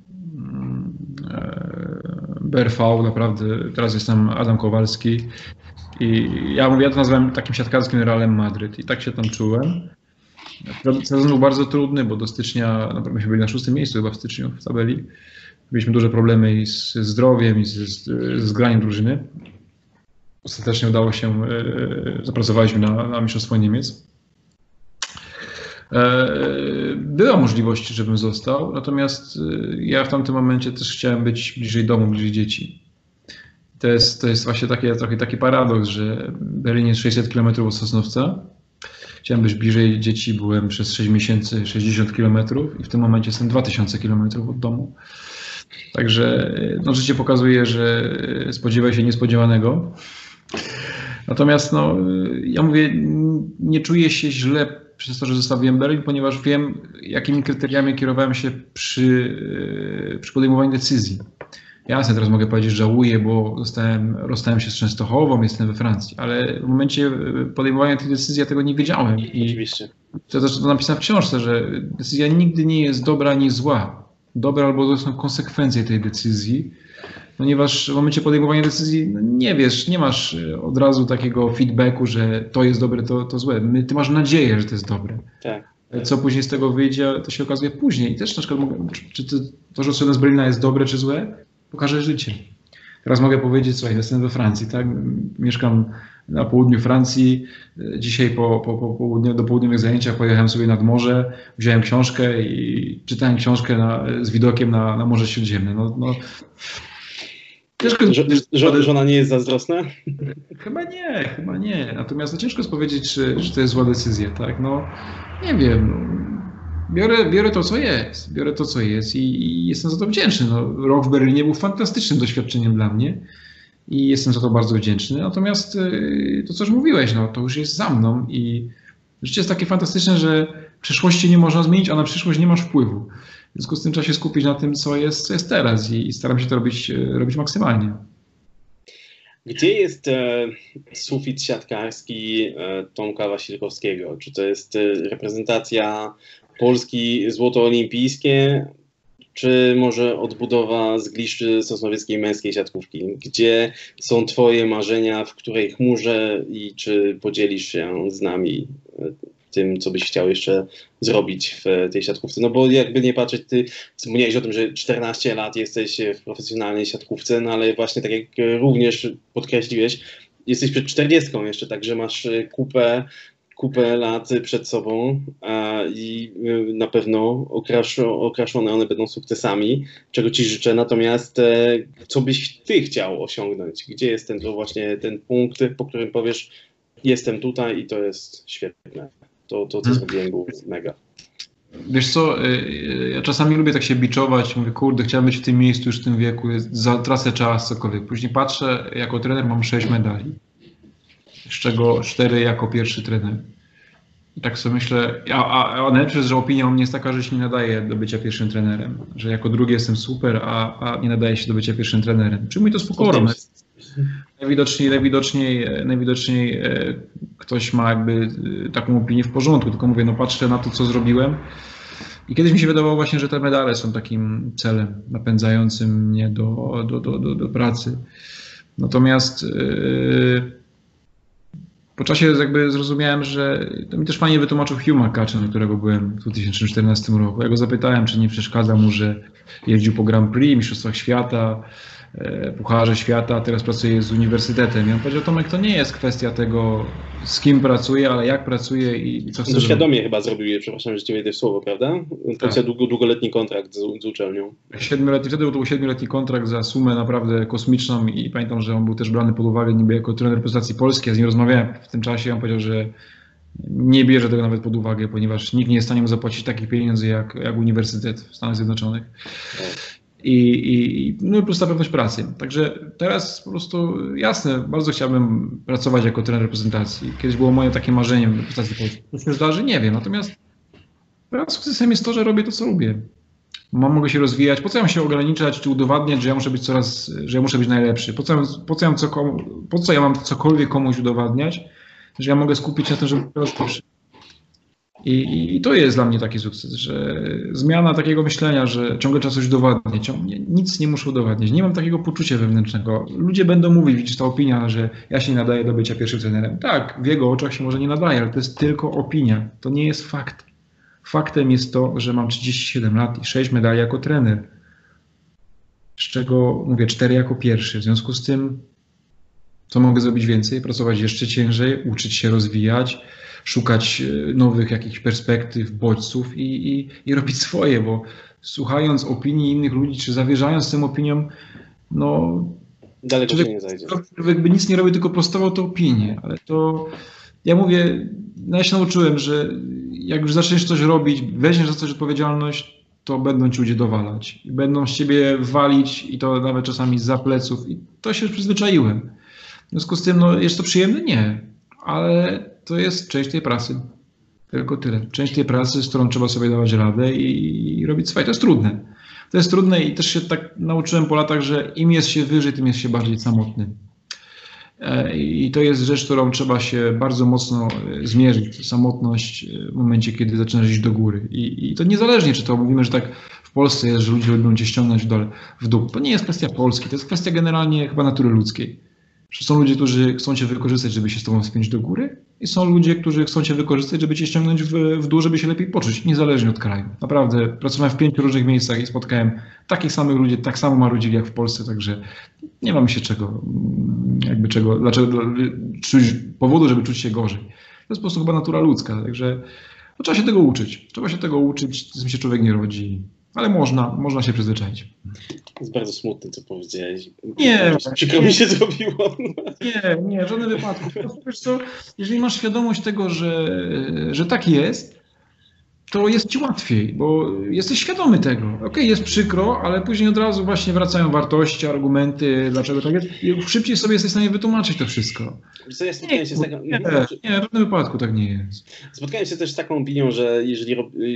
B R V, naprawdę, teraz jest tam Adam Kowalski i ja mówię, ja to nazywam takim siatkarskim Realem Madryt i tak się tam czułem. Sezon był bardzo trudny, bo do stycznia, no, myśmy byli na szóstym miejscu chyba w styczniu w tabeli. Mieliśmy duże problemy i z zdrowiem, i z, z, z graniem drużyny. Ostatecznie udało się, zapracowaliśmy na, na Mistrzostwo Niemiec. Była możliwość, żebym został, natomiast ja w tamtym momencie też chciałem być bliżej domu, bliżej dzieci. To jest, to jest właśnie takie, trochę taki paradoks, że Berlin jest sześćset kilometrów od Sosnowca. Chciałem być bliżej dzieci, byłem przez sześć miesięcy sześćdziesiąt kilometrów i w tym momencie jestem dwa tysiące kilometrów od domu. Także no, życie pokazuje, że spodziewaj się niespodziewanego. Natomiast no, ja mówię, nie czuję się źle przez to, że zostawiłem Berlin, ponieważ wiem, jakimi kryteriami kierowałem się przy, przy podejmowaniu decyzji. Jasne, teraz mogę powiedzieć, że żałuję, bo zostałem, rozstałem się z Częstochową, jestem we Francji, ale w momencie podejmowania tej decyzji ja tego nie wiedziałem. I Oczywiście. To też to napisałem w książce, że decyzja nigdy nie jest dobra ani zła. Dobra albo to są konsekwencje tej decyzji, ponieważ w momencie podejmowania decyzji no nie wiesz, nie masz od razu takiego feedbacku, że to jest dobre, to, to złe. My, ty masz nadzieję, że to jest dobre. Tak. Co później z tego wyjdzie, to się okazuje później. I też na przykład, czy to, to że odszedłem z Berlina jest dobre czy złe, pokaże życie. Teraz mogę powiedzieć, słuchaj, jestem we Francji, tak? Mieszkam na południu Francji. Dzisiaj po, po, po południu, do południowych zajęciach pojechałem sobie nad morze, wziąłem książkę i czytałem książkę na, z widokiem na, na Morze Śródziemne. No, no. Ciężko, że, żona nie jest zazdrosna? Chyba nie, chyba nie. Natomiast no, ciężko jest powiedzieć, czy, czy to jest zła decyzja, tak? No, nie wiem. No. Biorę, biorę to, co jest. Biorę to, co jest i, i jestem za to wdzięczny. No, rok w Berlinie był fantastycznym doświadczeniem dla mnie i jestem za to bardzo wdzięczny. Natomiast to, co już mówiłeś, no, to już jest za mną i życie jest takie fantastyczne, że przeszłości nie można zmienić, a na przyszłość nie masz wpływu. W związku z tym trzeba się skupić na tym, co jest, co jest teraz i, i staram się to robić, robić maksymalnie. Gdzie jest e, sufit siatkarski e, Tomka Wasilkowskiego? Czy to jest e, reprezentacja Polski złoto olimpijskie, czy może odbudowa zgliszczy sosnowieckiej męskiej siatkówki? Gdzie są twoje marzenia, w której chmurze i czy podzielisz się z nami tym, co byś chciał jeszcze zrobić w tej siatkówce? No bo jakby nie patrzeć, ty wspomniałeś o tym, że czternaście lat jesteś w profesjonalnej siatkówce, no ale właśnie tak jak również podkreśliłeś, jesteś przed czterdziestką jeszcze, także masz kupę kupę lat przed sobą a, i na pewno okraszo, okraszone one będą sukcesami, czego ci życzę. Natomiast e, co byś ty chciał osiągnąć? Gdzie jest ten, to właśnie ten punkt, po którym powiesz, jestem tutaj i to jest świetne. To, to co hmm. zrobiłem, było mega. Wiesz co, ja czasami lubię tak się biczować, mówię, kurde, chciałem być w tym miejscu już w tym wieku, tracę czas, cokolwiek. Później patrzę, jako trener mam sześć medali, z czego cztery jako pierwszy trener. I tak sobie myślę, a, a, a najlepsze jest, że opinia o mnie jest taka, że się nie nadaje do bycia pierwszym trenerem, że jako drugi jestem super, a, a nie nadaje się do bycia pierwszym trenerem. Przyjmuj to z pokorą. Najwidoczniej, najwidoczniej, najwidoczniej e, ktoś ma jakby e, taką opinię w porządku, tylko mówię, no patrzę na to, co zrobiłem i kiedyś mi się wydawało właśnie, że te medale są takim celem napędzającym mnie do, do, do, do, do pracy. Natomiast e, po czasie jakby zrozumiałem, że to mi też fajnie wytłumaczył Hugh McCutcheon, którego byłem w dwa tysiące czternastym roku. Ja go zapytałem, czy nie przeszkadza mu, że jeździł po Grand Prix, Mistrzostwach Świata, Pucharze Świata, teraz pracuje z uniwersytetem. I on powiedział, Tomek, to nie jest kwestia tego, z kim pracuje, ale jak pracuje i co chce. To świadomie zrobić. Chyba zrobił, przepraszam, że ci wejdę w słowo, prawda? Tak. Długo, długoletni kontrakt z, z uczelnią. Siedmioletni, wtedy był to siedmioletni kontrakt za sumę naprawdę kosmiczną i pamiętam, że on był też brany pod uwagę niby jako trener reprezentacji Polski. Ja z nim rozmawiałem w tym czasie, on powiedział, że nie bierze tego nawet pod uwagę, ponieważ nikt nie jest w stanie mu zapłacić takich pieniędzy jak, jak Uniwersytet w Stanach Zjednoczonych. Tak. I, i no plus ta pewność pracy. Także teraz po prostu jasne, bardzo chciałbym pracować jako trener reprezentacji. Kiedyś było moje takie marzenie w reprezentacji polskiej. Co się zdarzy? Nie wiem. Natomiast teraz sukcesem jest to, że robię to, co lubię. Mam, mogę się rozwijać. Po co ja mam się ograniczać czy udowadniać, że ja muszę być coraz, że ja muszę być najlepszy? Po co, po co, ja, mam co, po co ja mam cokolwiek komuś udowadniać, że ja mogę skupić się na tym, żeby być coraz lepszy? I, I to jest dla mnie taki sukces, że zmiana takiego myślenia, że ciągle trzeba coś udowadniać, ciągle, nic nie muszę udowadniać, nie mam takiego poczucia wewnętrznego. Ludzie będą mówić, widzisz, ta opinia, że ja się nie nadaję do bycia pierwszym trenerem. Tak, w jego oczach się może nie nadaje, ale to jest tylko opinia, to nie jest fakt. Faktem jest to, że mam trzydzieści siedem lat i sześć medali jako trener, z czego mówię cztery jako pierwszy. W związku z tym, co mogę zrobić więcej? Pracować jeszcze ciężej, uczyć się rozwijać, szukać nowych jakichś perspektyw, bodźców i, i, i robić swoje, bo słuchając opinii innych ludzi, czy zawierzając tym opiniom, no daleko się nie zajdzie. Jakby nic nie robię, tylko prostował to opinię, ale to ja mówię, no ja się nauczyłem, że jak już zaczniesz coś robić, weźmiesz za coś odpowiedzialność, to będą ci ludzie dowalać i będą z ciebie walić i to nawet czasami zza pleców i to się już przyzwyczaiłem. W związku z tym, no jest to przyjemne? Nie, ale to jest część tej pracy. Tylko tyle. Część tej pracy, z którą trzeba sobie dawać radę i, i robić swoje. To jest trudne. To jest trudne i też się tak nauczyłem po latach, że im jest się wyżej, tym jest się bardziej samotny. I to jest rzecz, którą trzeba się bardzo mocno zmierzyć. Samotność w momencie, kiedy zaczynasz iść do góry. I, i to niezależnie, czy to mówimy, że tak w Polsce jest, że ludzie lubią cię ściągnąć w dół, w dół. To nie jest kwestia Polski, to jest kwestia generalnie chyba natury ludzkiej. Że są ludzie, którzy chcą cię wykorzystać, żeby się z tobą wspiąć do góry i są ludzie, którzy chcą cię wykorzystać, żeby cię ściągnąć w, w dół, żeby się lepiej poczuć, niezależnie od kraju. Naprawdę, pracowałem w pięciu różnych miejscach i spotkałem takich samych ludzi, tak samo marudzili jak w Polsce, także nie mam się czego, jakby czego, dlaczego, czuć powodu, żeby czuć się gorzej. To jest po prostu chyba natura ludzka, także no, trzeba się tego uczyć. Trzeba się tego uczyć, z tym się człowiek nie rodzi, ale można, można się przyzwyczaić. To jest bardzo smutne, co powiedziałeś. Nie. Przykro mi się zrobiło. Nie, nie, w żadnym wypadku. Wiesz co, jeżeli masz świadomość tego, że, że tak jest, to jest ci łatwiej, bo jesteś świadomy tego. Okej, okay, jest przykro, ale później od razu właśnie wracają wartości, argumenty, dlaczego tak jest. I szybciej sobie jesteś w stanie wytłumaczyć to wszystko. Co, ja spotkałem się z taką... Nie, nie, w żadnym wypadku tak nie jest. Spotkałem się też z taką opinią, że jeżeli,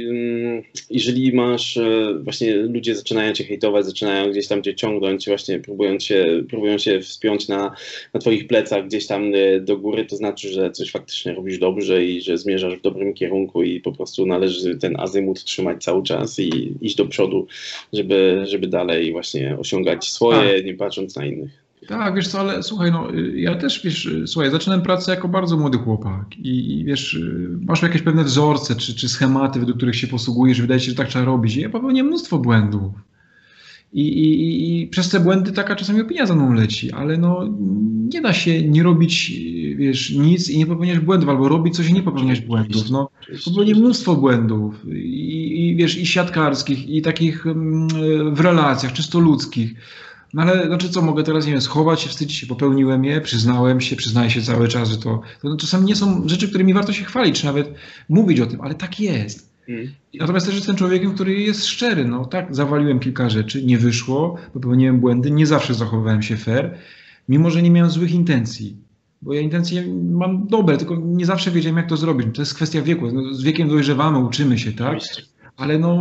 jeżeli masz, właśnie ludzie zaczynają cię hejtować, zaczynają gdzieś tam cię ciągnąć, właśnie próbują się, próbują się wspiąć na, na twoich plecach gdzieś tam do góry, to znaczy, że coś faktycznie robisz dobrze i że zmierzasz w dobrym kierunku i po prostu należy ten azymut trzymać cały czas i iść do przodu, żeby, żeby dalej właśnie osiągać swoje, nie patrząc na innych. Tak, wiesz co, ale słuchaj, no ja też, wiesz, słuchaj, zaczynałem pracę jako bardzo młody chłopak i, i wiesz, masz jakieś pewne wzorce czy, czy schematy, według których się posługujesz, wydaje się, że tak trzeba robić. I ja popełniłem mnóstwo błędów. I, i, I przez te błędy taka czasami opinia za mną leci, ale no nie da się nie robić, wiesz, nic i nie popełniać błędów, albo robić coś i nie popełniać błędów. No, popełniłem mnóstwo błędów i, i wiesz, i siatkarskich, i takich mm, w relacjach, czysto ludzkich. No ale znaczy co, mogę teraz, nie wiem, schować się, wstydzić się, popełniłem je, przyznałem się, przyznaję się cały czas, że to, to czasami nie są rzeczy, którymi warto się chwalić, czy nawet mówić o tym, ale tak jest. Hmm. Natomiast też jestem człowiekiem, który jest szczery, no tak, zawaliłem kilka rzeczy, nie wyszło, popełniłem błędy, nie zawsze zachowywałem się fair, mimo że nie miałem złych intencji, bo ja intencje mam dobre, tylko nie zawsze wiedziałem, jak to zrobić. To jest kwestia wieku, no, z wiekiem dojrzewamy, uczymy się, tak, ale no...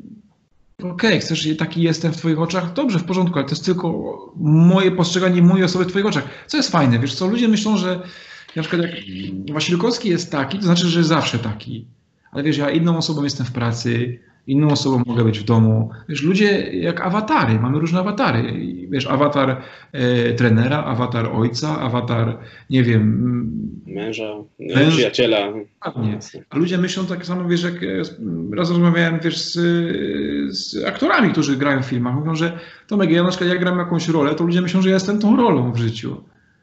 Okej, okay, chcesz, taki jestem w twoich oczach? Dobrze, w porządku, ale to jest tylko moje postrzeganie mojej osoby w twoich oczach. Co jest fajne, wiesz co, ludzie myślą, że na przykład jak Wasilkowski jest taki, to znaczy, że jest zawsze taki. Ale wiesz, ja inną osobą jestem w pracy, inną osobą mogę być w domu. Wiesz, ludzie jak awatary, mamy różne awatary. Wiesz, awatar e, trenera, awatar ojca, awatar, nie wiem... Męża, męża. Przyjaciela. Dokładnie. A ludzie myślą tak samo, wiesz, jak raz rozmawiałem, wiesz, z, z aktorami, którzy grają w filmach. Mówią, że Tomek, ja na przykład jak gram jakąś rolę, to ludzie myślą, że ja jestem tą rolą w życiu.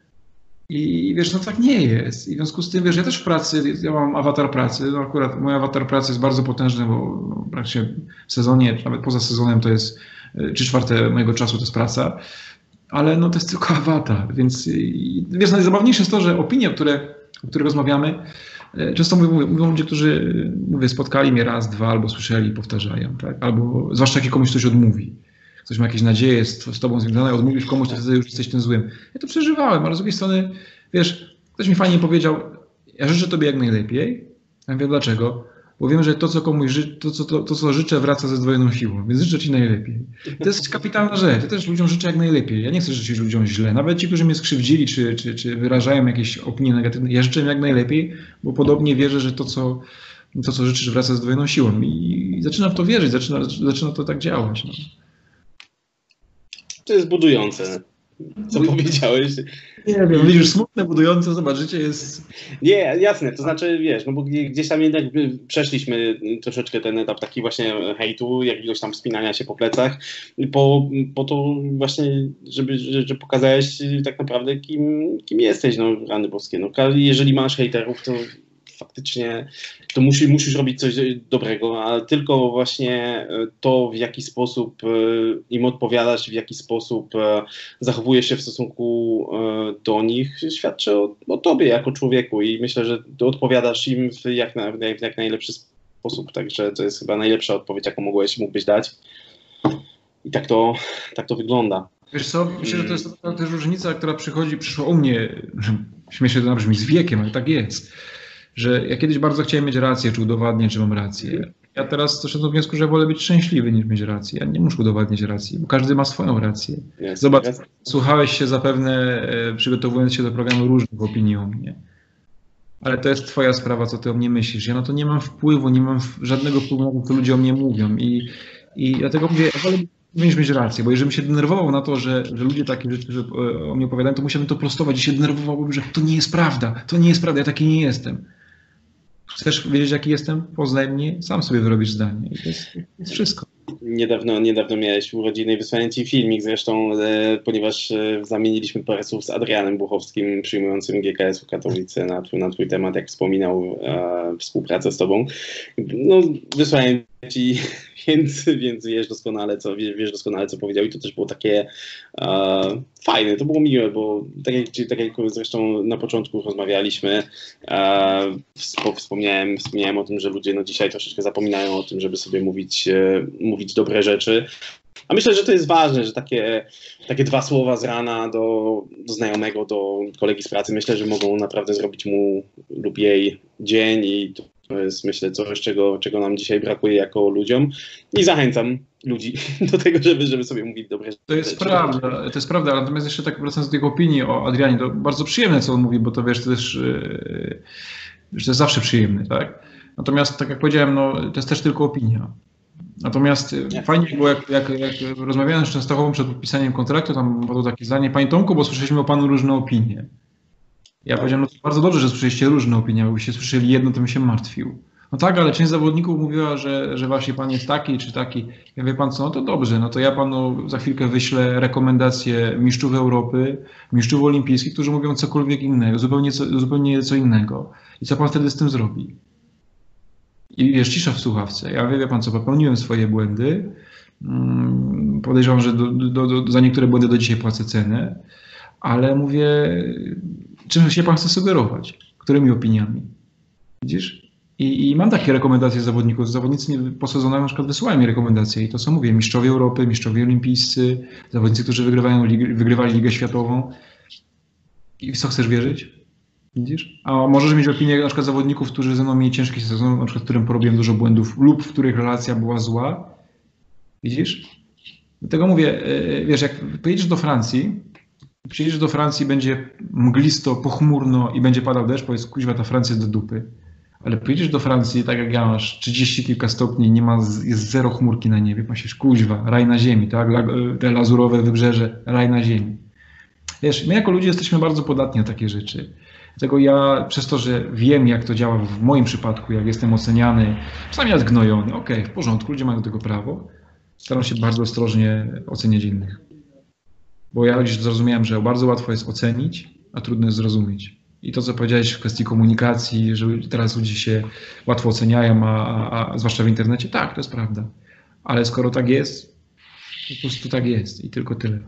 I wiesz, no tak nie jest. I w związku z tym, wiesz, ja też w pracy, ja mam awatar pracy, no akurat mój awatar pracy jest bardzo potężny, bo no, praktycznie w sezonie, nawet poza sezonem to jest trzy czwarte mojego czasu to jest praca, ale no to jest tylko awatar, więc i, wiesz, najzabawniejsze jest to, że opinie, które, o których rozmawiamy, często mówią, mówią ludzie, którzy, mówię, spotkali mnie raz, dwa, albo słyszeli, powtarzają, tak? Albo zwłaszcza jak komuś coś odmówi. Ktoś ma jakieś nadzieje z, z tobą związane, odmówisz komuś, to wtedy już jesteś tym złym. Ja to przeżywałem, ale z drugiej strony, wiesz, ktoś mi fajnie powiedział, ja życzę tobie jak najlepiej. Ja wiem dlaczego, bo wiem, że to, co komuś ży, to, co, to, to, co życzę, wraca ze zdwojoną siłą, więc życzę ci najlepiej. To jest kapitalna rzecz. Ja też ludziom życzę jak najlepiej. Ja nie chcę życzyć ludziom źle. Nawet ci, którzy mnie skrzywdzili, czy, czy, czy wyrażają jakieś opinie negatywne, ja życzę im jak najlepiej, bo podobnie wierzę, że to, co, to, co życzysz, wraca ze zdwojoną siłą. I, i zaczynam w to wierzyć, zaczyna, zaczyna to tak działać. No. To jest budujące, co powiedziałeś. Nie wiem, widzisz, smutne, budujące, zobaczycie, jest... Nie, jasne, to znaczy, wiesz, no bo gdzieś tam jednak przeszliśmy troszeczkę ten etap taki właśnie hejtu, jakiegoś tam wspinania się po plecach, po, po to właśnie, żeby, że pokazałeś tak naprawdę, kim, kim jesteś, no, rany boskie. No, jeżeli masz hejterów, to faktycznie to musi, musisz robić coś dobrego, ale tylko właśnie to, w jaki sposób im odpowiadasz, w jaki sposób zachowujesz się w stosunku do nich, świadczy o, o tobie jako człowieku i myślę, że ty odpowiadasz im w jak, na, w jak najlepszy sposób, także to jest chyba najlepsza odpowiedź, jaką mogłeś, mógłbyś dać i tak to, tak to wygląda. Wiesz co, myślę, że to jest też różnica, która przychodzi, przyszła u mnie, śmiesznie to brzmi, z wiekiem, ale tak jest. Że ja kiedyś bardzo chciałem mieć rację, czy udowodnić, czy mam rację. Ja teraz doszedłem do wniosku, że wolę być szczęśliwy niż mieć rację. Ja nie muszę udowadniać racji, bo każdy ma swoją rację. Yes, Zobacz, yes. Słuchałeś się zapewne, e, przygotowując się do programu, różnych opinii o mnie. Ale to jest twoja sprawa, co ty o mnie myślisz. Ja na to nie mam wpływu, nie mam żadnego wpływu na to, co ludzie o mnie mówią. I, i dlatego mówię, ja wolę być powinieneś mieć rację, bo jeżeli bym się denerwował na to, że, że ludzie takie rzeczy że, o mnie opowiadają, to musiałbym to prostować i się denerwowałbym, że to nie jest prawda, to nie jest prawda, ja taki nie jestem. Chcesz wiedzieć, jaki jestem? Poznaj mnie, sam sobie wyrobisz zdanie. I to jest, to jest wszystko. Niedawno, niedawno miałeś urodziny i wysłałem ci filmik zresztą, e, ponieważ e, zamieniliśmy parę słów z Adrianem Buchowskim, przyjmującym G K S u Katowice na, na twój temat, jak wspominał e, współpracę z tobą. No, wysłałem ci, więc, więc wiesz doskonale, co, wiesz doskonale, co powiedział i to też było takie e, fajne, to było miłe, bo tak jak, tak jak zresztą na początku rozmawialiśmy, e, wspomniałem, wspomniałem o tym, że ludzie no, dzisiaj troszeczkę zapominają o tym, żeby sobie mówić, e, mówić dobre rzeczy. A myślę, że to jest ważne, że takie, takie dwa słowa z rana do, do znajomego, do kolegi z pracy, myślę, że mogą naprawdę zrobić mu lub jej dzień i to jest, myślę, coś, czego, czego nam dzisiaj brakuje jako ludziom. I zachęcam ludzi do tego, żeby, żeby sobie mówić dobre rzeczy. To jest prawda, to jest prawda, natomiast jeszcze tak wracając do jego opinii o Adrianie, to bardzo przyjemne, co on mówi, bo to wiesz, to też yy, to jest zawsze przyjemne, tak? Natomiast, tak jak powiedziałem, no, to jest też tylko opinia. Natomiast nie. Fajnie było, jak, jak, jak rozmawiałem z Częstochową przed podpisaniem kontraktu, tam padło takie zdanie, Panie Tomku, bo słyszeliśmy o Panu różne opinie. Ja powiedziałem, no to bardzo dobrze, że słyszeliście różne opinie, jakbyście słyszeli jedno, to bym się martwił. No tak, ale część zawodników mówiła, że, że właśnie Pan jest taki czy taki. Ja wie Pan co, no to dobrze, no to ja Panu za chwilkę wyślę rekomendacje mistrzów Europy, mistrzów olimpijskich, którzy mówią cokolwiek innego, zupełnie co, zupełnie co innego. I co Pan wtedy z tym zrobi? I wiesz, cisza w słuchawce. Ja wie Pan co, popełniłem swoje błędy. Podejrzewam, że do, do, do, za niektóre błędy do dzisiaj płacę cenę, ale mówię, czym się Pan chce sugerować? Którymi opiniami? Widzisz? I, i mam takie rekomendacje zawodników. Zawodnicy po sezonach na przykład wysyłają mi rekomendacje i to co mówię, mistrzowie Europy, mistrzowie olimpijscy, zawodnicy, którzy wygrywają, wygrywali Ligę Światową. I w co chcesz wierzyć? Widzisz? A możesz mieć opinię na przykład zawodników, którzy ze mną mieli ciężki sezon, na przykład w którym porobiłem dużo błędów lub w których relacja była zła. Widzisz? Dlatego mówię, wiesz, jak pojedziesz do Francji, przyjedziesz do Francji, będzie mglisto, pochmurno i będzie padał deszcz, powiedz, kuźwa, ta Francja jest do dupy. Ale pojedziesz do Francji, tak jak ja, masz trzydzieści kilka stopni, nie ma, jest zero chmurki na niebie, myślisz, kuźwa, raj na ziemi, tak? Te lazurowe wybrzeże, raj na ziemi. Wiesz, my jako ludzie jesteśmy bardzo podatni na takie rzeczy. Dlatego ja przez to, że wiem, jak to działa w moim przypadku, jak jestem oceniany, czasami nawet gnojony, okej, okay, w porządku, ludzie mają do tego prawo, staram się bardzo ostrożnie oceniać innych. Bo ja już zrozumiałem, że bardzo łatwo jest ocenić, a trudno jest zrozumieć. I to, co powiedziałeś w kwestii komunikacji, że teraz ludzie się łatwo oceniają, a, a, a zwłaszcza w internecie, tak, to jest prawda. Ale skoro tak jest, to po prostu tak jest i tylko tyle.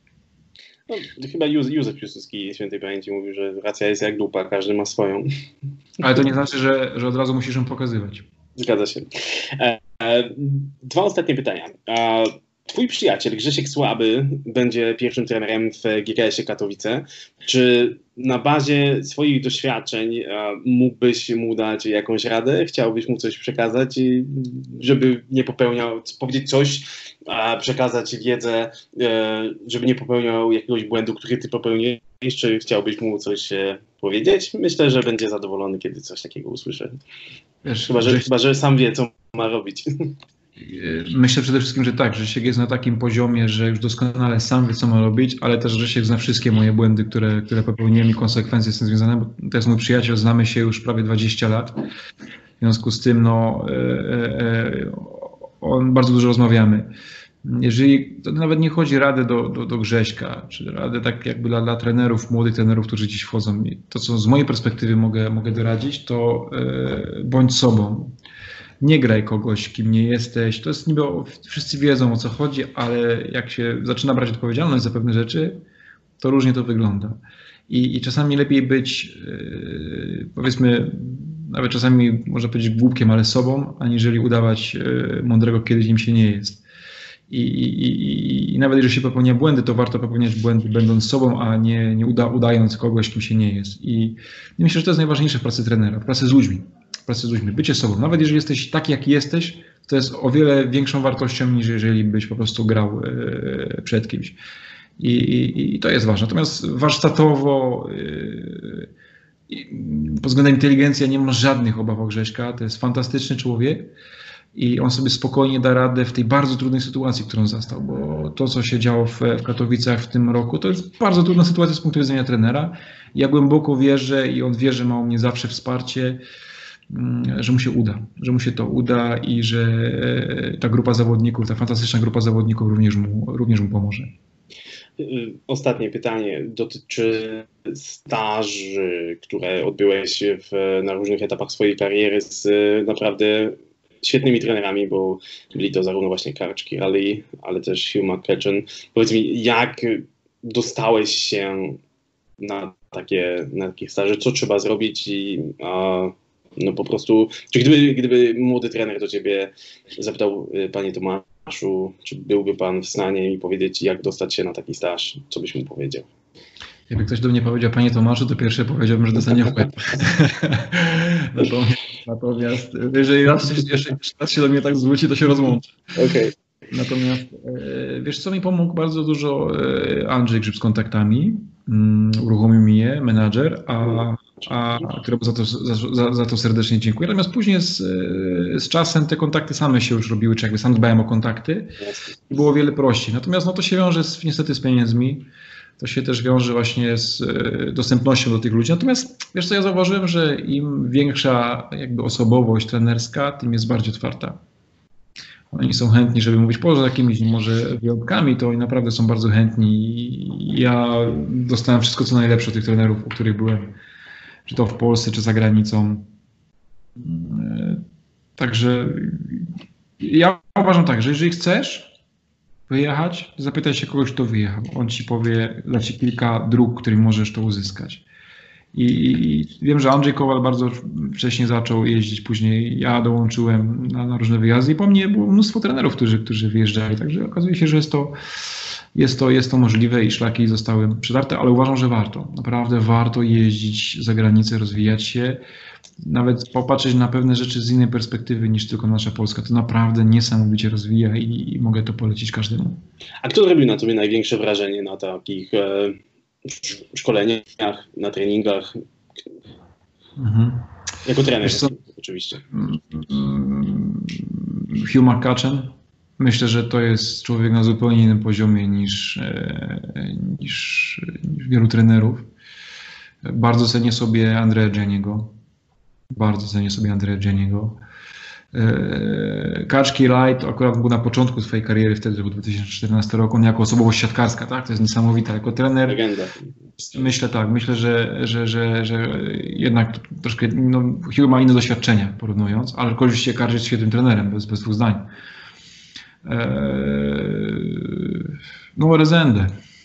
No, chyba Józef Piłsudski świętej pamięci mówił, że racja jest jak dupa, każdy ma swoją. Ale to nie znaczy, że, że od razu musisz ją pokazywać. Zgadza się. E, e, dwa ostatnie pytania. E, twój przyjaciel Grzesiek Słaby będzie pierwszym trenerem w G K S ie Katowice. Czy na bazie swoich doświadczeń e, mógłbyś mu dać jakąś radę? Chciałbyś mu coś przekazać, żeby nie popełniał, powiedzieć coś, a przekazać wiedzę, e, żeby nie popełniał jakiegoś błędu, który ty popełniłeś? Czy chciałbyś mu coś e, powiedzieć? Myślę, że będzie zadowolony, kiedy coś takiego usłyszy. Wiesz, chyba, że, chyba, że sam wie, co ma robić. Myślę przede wszystkim, że tak, Grzesiek jest na takim poziomie, że już doskonale sam wie, co ma robić, ale też Grzesiek zna wszystkie moje błędy, które, które popełniłem i konsekwencje z tym związane, bo to jest mój przyjaciel, znamy się już prawie dwadzieścia lat. W związku z tym, no, e, e, on bardzo dużo rozmawiamy. Jeżeli, to nawet nie chodzi o radę do, do, do Grześka, czy radę tak jakby dla, dla trenerów, młodych trenerów, którzy dziś wchodzą. To, co z mojej perspektywy mogę, mogę doradzić, to e, bądź sobą. Nie graj kogoś, kim nie jesteś. To jest niby, wszyscy wiedzą, o co chodzi, ale jak się zaczyna brać odpowiedzialność za pewne rzeczy, to różnie to wygląda. I, i czasami lepiej być, yy, powiedzmy, nawet czasami można powiedzieć głupkiem, ale sobą, aniżeli udawać yy, mądrego, kiedy im się nie jest. I, i, i, I nawet jeżeli się popełnia błędy, to warto popełniać błędy będąc sobą, a nie, nie uda, udając kogoś, kim się nie jest. I, I myślę, że to jest najważniejsze w pracy trenera, w pracy z ludźmi. Pracy z ludźmi, bycie sobą. Nawet jeżeli jesteś taki, jaki jesteś, to jest o wiele większą wartością, niż jeżeli byś po prostu grał yy, przed kimś. I, i, I to jest ważne. Natomiast warsztatowo, yy, pod względem inteligencji, ja nie mam żadnych obaw o Grześka. To jest fantastyczny człowiek. i on sobie spokojnie da radę w tej bardzo trudnej sytuacji, którą zastał, bo to, co się działo w, w Katowicach w tym roku, to jest bardzo trudna sytuacja z punktu widzenia trenera. Ja głęboko wierzę i on wie, że ma u mnie zawsze wsparcie, że mu się uda, że mu się to uda i że ta grupa zawodników, ta fantastyczna grupa zawodników również mu, również mu pomoże. Ostatnie pytanie dotyczy staży, które odbyłeś w, na różnych etapach swojej kariery z naprawdę świetnymi trenerami, bo byli to zarówno właśnie Karcz Kiraly, ale też Hugh McCutcheon. Powiedz mi, jak dostałeś się na takie, na takie staże, co trzeba zrobić i a, no po prostu, czy gdyby, gdyby młody trener do ciebie zapytał, panie Tomaszu, czy byłby pan w stanie mi powiedzieć, jak dostać się na taki staż, co byś mu powiedział? Jakby ktoś do mnie powiedział, panie Tomaszu, to pierwsze powiedziałbym, że dostanie w łeb. natomiast, natomiast jeżeli raz, jeszcze raz się do mnie tak zwróci, to się rozłączy. Okay. Natomiast wiesz co, mi pomógł bardzo dużo Andrzej Grzyb z kontaktami, um, uruchomił mi je, menadżer, a, a któremu za to, za, za to serdecznie dziękuję. Natomiast później z, z czasem te kontakty same się już robiły, czy jakby sam dbałem o kontakty i było o wiele prościej. Natomiast no, to się wiąże z, niestety z pieniędzmi. To się też wiąże właśnie z dostępnością do tych ludzi. Natomiast wiesz co, ja zauważyłem, że im większa jakby osobowość trenerska, tym jest bardziej otwarta. Oni są chętni, żeby mówić poza jakimiś może wyjątkami, to oni naprawdę są bardzo chętni. Ja dostałem wszystko, co najlepsze od tych trenerów, u których byłem, czy to w Polsce, czy za granicą. Także ja uważam tak, że jeżeli chcesz wyjechać, zapytaj się kogoś, kto wyjechał. On ci powie, da ci kilka dróg, którymi możesz to uzyskać. I, I wiem, że Andrzej Kowal bardzo wcześnie zaczął jeździć, później ja dołączyłem na, na różne wyjazdy i po mnie było mnóstwo trenerów, którzy, którzy wyjeżdżali. Także okazuje się, że jest to, jest to, jest to możliwe i szlaki zostały przetarte, ale uważam, że warto. Naprawdę warto jeździć za granicę, rozwijać się, nawet popatrzeć na pewne rzeczy z innej perspektywy niż tylko nasza Polska. To naprawdę niesamowicie rozwija i, i mogę to polecić każdemu. A kto robił na tobie największe wrażenie na takich e, szkoleniach, na treningach? Mhm. Jako trener oczywiście. Hugh McCutcheon. Myślę, że to jest człowiek na zupełnie innym poziomie niż, niż, niż wielu trenerów. Bardzo cenię sobie Andrea Gianniego. Bardzo cenię sobie Andrea Gianniego. Karcz Kiraly to akurat był na początku swojej kariery, wtedy był dwa tysiące czternasty rok, on jako osobowość siatkarska, tak? To jest niesamowite. Jako trener legenda. Myślę tak, myślę, że, że, że, że jednak troszkę, no, Hugh ma inne doświadczenia porównując, ale oczywiście Karcz jest świetnym trenerem, bez, bez dwóch zdań. No Rezende.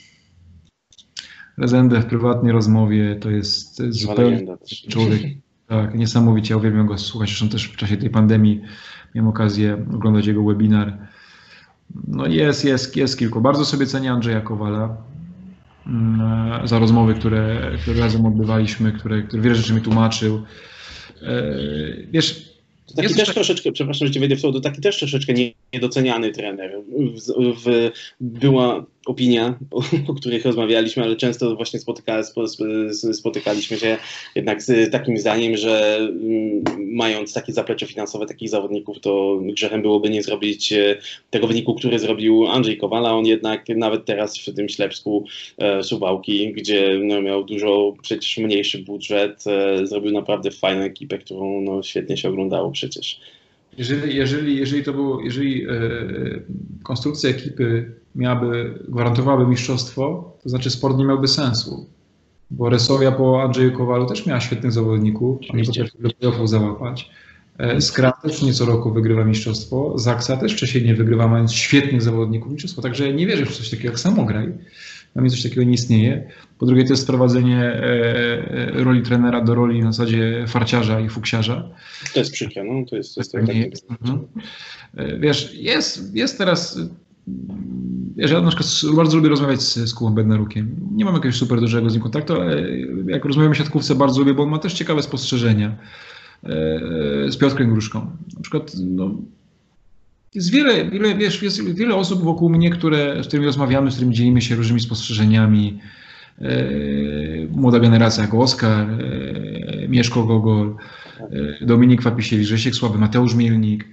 Rezende w prywatnej rozmowie to jest, to jest zupełnie człowiek. Tak, niesamowicie, ja uwielbiam go słuchać, zresztą też w czasie tej pandemii miałem okazję oglądać jego webinar. No jest, jest, jest kilku. Bardzo sobie cenię Andrzeja Kowala za rozmowy, które, które razem odbywaliśmy, które, które wiele rzeczy mi tłumaczył. Wiesz, to taki też tak... troszeczkę, przepraszam, że cię wejdę w słowo, to taki też troszeczkę niedoceniany trener. W, w, była opinia, o, o których rozmawialiśmy, ale często właśnie spotyka, spotykaliśmy się jednak z takim zdaniem, że mając takie zaplecze finansowe takich zawodników, to grzechem byłoby nie zrobić tego wyniku, który zrobił Andrzej Kowal, a on jednak nawet teraz w tym Ślepsku e, Suwałki, gdzie no, miał dużo przecież mniejszy budżet, e, zrobił naprawdę fajną ekipę, którą no, świetnie się oglądało przecież. Jeżeli, jeżeli, jeżeli to było, jeżeli e, konstrukcja ekipy miałaby, gwarantowałaby mistrzostwo, to znaczy sport nie miałby sensu. Bo Resowia po Andrzeju Kowalu też miała świetnych zawodników, a nie potrafił do playoffów załapać. E, Skra też nie co roku wygrywa mistrzostwo, Zaksa też wcześniej nie wygrywa, mając świetnych zawodników mistrzostwo. Także nie wierzę w coś takiego jak samograj. Dla mnie coś takiego nie istnieje. Po drugie, to jest sprowadzenie e, roli trenera do roli na zasadzie farciarza i fuksiarza. To jest przykre, no to jest... To jest tak tak jest. Mhm. Wiesz, jest, jest teraz... Wiesz, ja na przykład bardzo lubię rozmawiać z, z Kubą Bednarukiem. Nie mam jakiegoś super dużego z nim kontaktu, ale jak rozmawiamy o siatkówce, bardzo lubię, bo on ma też ciekawe spostrzeżenia e, z Piotrkiem Gruszką. Na przykład, no, jest wiele, wiele, wiesz, jest wiele osób wokół mnie, które, z którymi rozmawiamy, z którymi dzielimy się różnymi spostrzeżeniami. E, młoda generacja jak Oskar, e, Mieszko Gogol, e, Dominik Wapisiewicz, Grzesiek Słaby, Mateusz Mielnik.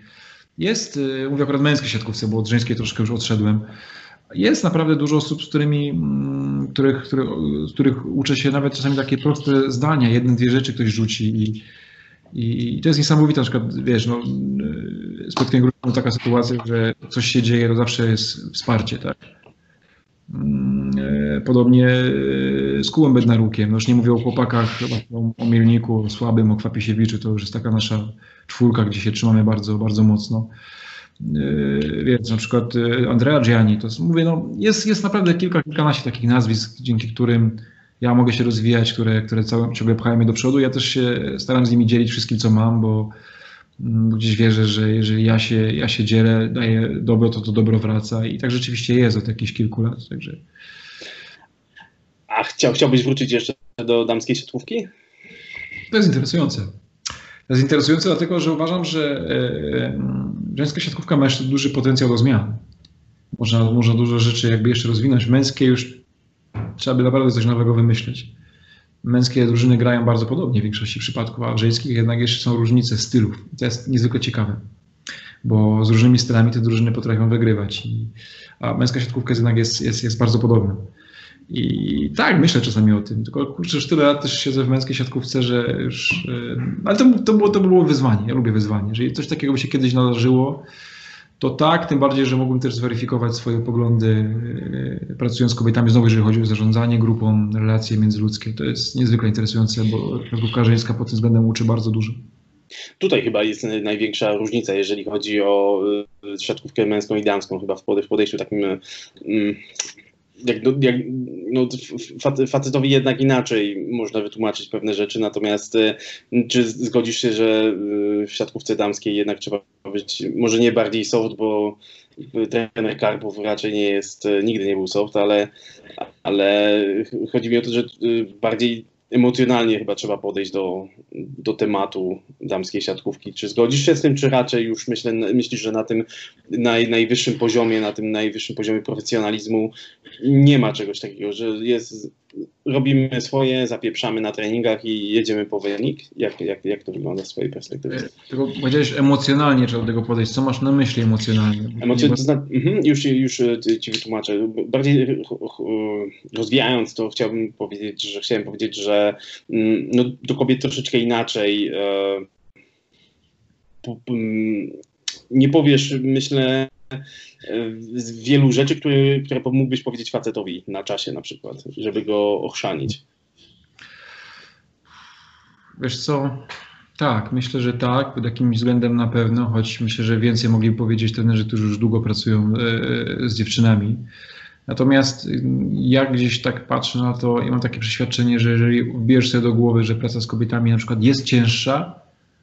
Jest, mówię akurat męskiej siatkówce, bo od żeńskiej troszkę już odszedłem. Jest naprawdę dużo osób, z którymi, których, których, z których uczę się nawet czasami takie proste zdania, jedne, dwie rzeczy ktoś rzuci i, i, i to jest niesamowite. Na przykład, wiesz, no, spotkanie grupy, taka sytuacja, że coś się dzieje, to zawsze jest wsparcie, tak. Podobnie z Kubą Bednarukiem, no już nie mówię o chłopakach, o, o Mielniku, o Słabym, o Kwapisiewiczu, to już jest taka nasza czwórka, gdzie się trzymamy bardzo, bardzo mocno. Więc na przykład Andrea Gianni, to mówię, no jest, jest naprawdę kilka, kilkanaście takich nazwisk, dzięki którym ja mogę się rozwijać, które, które całe, ciągle pchają mnie do przodu. Ja też się staram z nimi dzielić wszystkim, co mam, bo gdzieś wierzę, że jeżeli ja się, ja się dzielę, daję dobro, to to dobro wraca i tak rzeczywiście jest od jakichś kilku lat. Także. A chciał, chciałbyś wrócić jeszcze do damskiej siatkówki? To jest interesujące. To jest interesujące dlatego, że uważam, że żeńska siatkówka ma jeszcze duży potencjał do zmian. Można, można dużo rzeczy jakby jeszcze rozwinąć. Męskie już trzeba by naprawdę coś nowego wymyśleć. Męskie drużyny grają bardzo podobnie w większości przypadków, a w żeńskich jednak jeszcze są różnice stylów. To jest niezwykle ciekawe, bo z różnymi stylami te drużyny potrafią wygrywać. I, a męska siatkówka jednak jest, jest, jest bardzo podobna. I tak, myślę czasami o tym, tylko kurczę, już tyle lat też siedzę w męskiej siatkówce, że już... Ale to, to, było, to było wyzwanie, ja lubię wyzwanie. Jeżeli coś takiego by się kiedyś nadarzyło, to tak, tym bardziej, że mógłbym też zweryfikować swoje poglądy pracując z kobietami, znowu jeżeli chodzi o zarządzanie grupą, relacje międzyludzkie. To jest niezwykle interesujące, bo siatkówka żeńska pod tym względem uczy bardzo dużo. Tutaj chyba jest największa różnica, jeżeli chodzi o siatkówkę męską i damską, chyba w podejściu takim... Mm, Jak, jak, no, facetowi jednak inaczej można wytłumaczyć pewne rzeczy, natomiast czy zgodzisz się, że w siatkówce damskiej jednak trzeba być może nie bardziej soft, bo trener Karpow raczej nie jest, nigdy nie był soft, ale, ale chodzi mi o to, że bardziej emocjonalnie chyba trzeba podejść do, do tematu damskiej siatkówki. Czy zgodzisz się z tym, czy raczej już myślę, myślisz, że na tym naj, najwyższym poziomie, na tym najwyższym poziomie profesjonalizmu nie ma czegoś takiego, że jest, robimy swoje, zapieprzamy na treningach i jedziemy po wynik? Jak, jak, jak to wygląda z twojej perspektywy? Tylko powiedziałeś emocjonalnie trzeba do tego podejść. Co masz na myśli emocjonalnie? Emocje, to zna, już, już ci wytłumaczę. Bardziej rozwijając to chciałbym powiedzieć, że chciałem powiedzieć, że no, do kobiet troszeczkę inaczej e, po, nie powiesz, myślę, z wielu rzeczy, które, które mógłbyś powiedzieć facetowi na czasie na przykład, żeby go ochrzanić. Wiesz co, tak, myślę, że tak, pod jakimś względem na pewno, choć myślę, że więcej mogliby powiedzieć trenerzy, którzy już długo pracują z dziewczynami. Natomiast ja gdzieś tak patrzę na to i mam takie przeświadczenie, że jeżeli wbierzesz sobie do głowy, że praca z kobietami na przykład jest cięższa,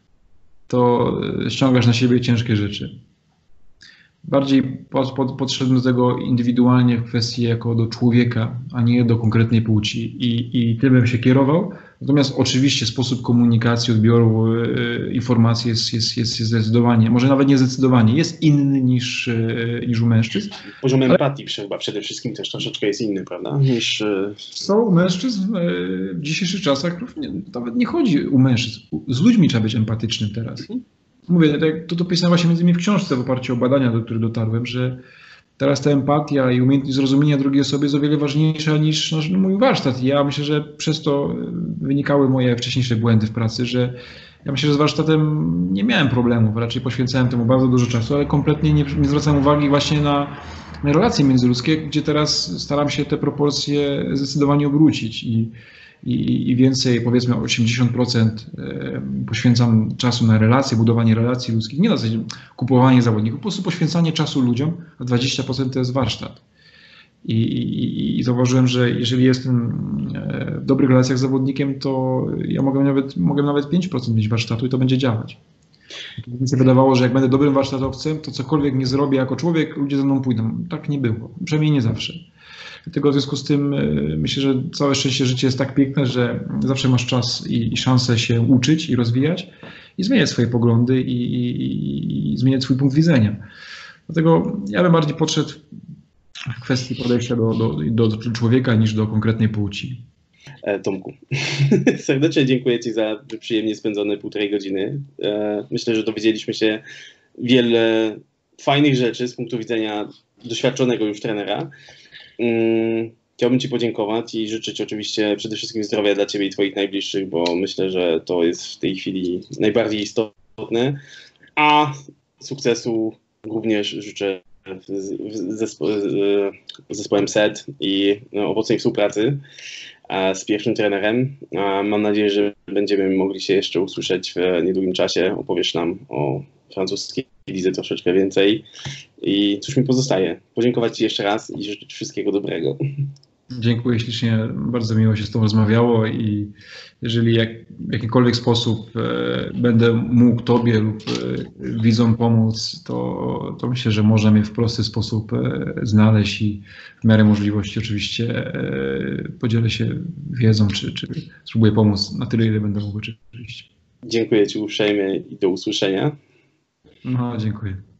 to ściągasz na siebie ciężkie rzeczy. Bardziej pod, pod, podszedłem do tego indywidualnie w kwestii jako do człowieka, a nie do konkretnej płci. I, i tym bym się kierował. Natomiast oczywiście sposób komunikacji, odbioru e, informacji jest, jest, jest, jest zdecydowanie, może nawet nie zdecydowanie, jest inny niż, e, niż u mężczyzn. Poziom ale... empatii chyba przede wszystkim też troszeczkę jest inny, prawda? Niż... Co u mężczyzn e, w dzisiejszych czasach nie, nawet nie chodzi u mężczyzn. Z ludźmi trzeba być empatycznym teraz. Mhm. Mówię, to dopisałem właśnie między innymi w książce w oparciu o badania, do których dotarłem, że teraz ta empatia i umiejętność zrozumienia drugiej osoby jest o wiele ważniejsza niż nasz, no, mój warsztat. I ja myślę, że przez to wynikały moje wcześniejsze błędy w pracy, że ja myślę, że z warsztatem nie miałem problemów, raczej poświęcałem temu bardzo dużo czasu, ale kompletnie nie, nie zwracam uwagi właśnie na, na relacje międzyludzkie, gdzie teraz staram się te proporcje zdecydowanie obrócić i I, i więcej, powiedzmy osiemdziesiąt procent poświęcam czasu na relacje, budowanie relacji ludzkich, nie na zasadzie kupowanie zawodników, po prostu poświęcanie czasu ludziom, a dwadzieścia procent to jest warsztat. I, i, i zauważyłem, że jeżeli jestem w dobrych relacjach z zawodnikiem, to ja mogę nawet, mogę nawet pięć procent mieć warsztatu i to będzie działać. Mi się wydawało, że jak będę dobrym warsztatowcem, to cokolwiek nie zrobię jako człowiek, ludzie ze mną pójdą. Tak nie było, przynajmniej nie zawsze. Dlatego w związku z tym myślę, że całe szczęście życie jest tak piękne, że zawsze masz czas i, i szansę się uczyć i rozwijać i zmieniać swoje poglądy i, i, i zmieniać swój punkt widzenia. Dlatego ja bym bardziej podszedł w kwestii podejścia do, do, do człowieka niż do konkretnej płci. Tomku, serdecznie dziękuję Ci za przyjemnie spędzone półtorej godziny. Myślę, że dowiedzieliśmy się wiele fajnych rzeczy z punktu widzenia doświadczonego już trenera. Chciałbym Ci podziękować i życzyć oczywiście przede wszystkim zdrowia dla Ciebie i Twoich najbliższych, bo myślę, że to jest w tej chwili najbardziej istotne, a sukcesu również życzę z zespołem S E T i owocnej współpracy z pierwszym trenerem. Mam nadzieję, że będziemy mogli się jeszcze usłyszeć w niedługim czasie. Opowiesz nam o francuskiej lidze troszeczkę więcej. I cóż mi pozostaje? Podziękować Ci jeszcze raz i życzyć wszystkiego dobrego. Dziękuję ślicznie, bardzo miło się z Tobą rozmawiało i jeżeli jak, w jakikolwiek sposób e, będę mógł Tobie lub e, widzom pomóc, to, to myślę, że można mnie w prosty sposób e, znaleźć i w miarę możliwości oczywiście e, podzielę się wiedzą, czy, czy spróbuję pomóc na tyle, ile będę mógł oczywiście. Dziękuję Ci uprzejmie i do usłyszenia. No, dziękuję.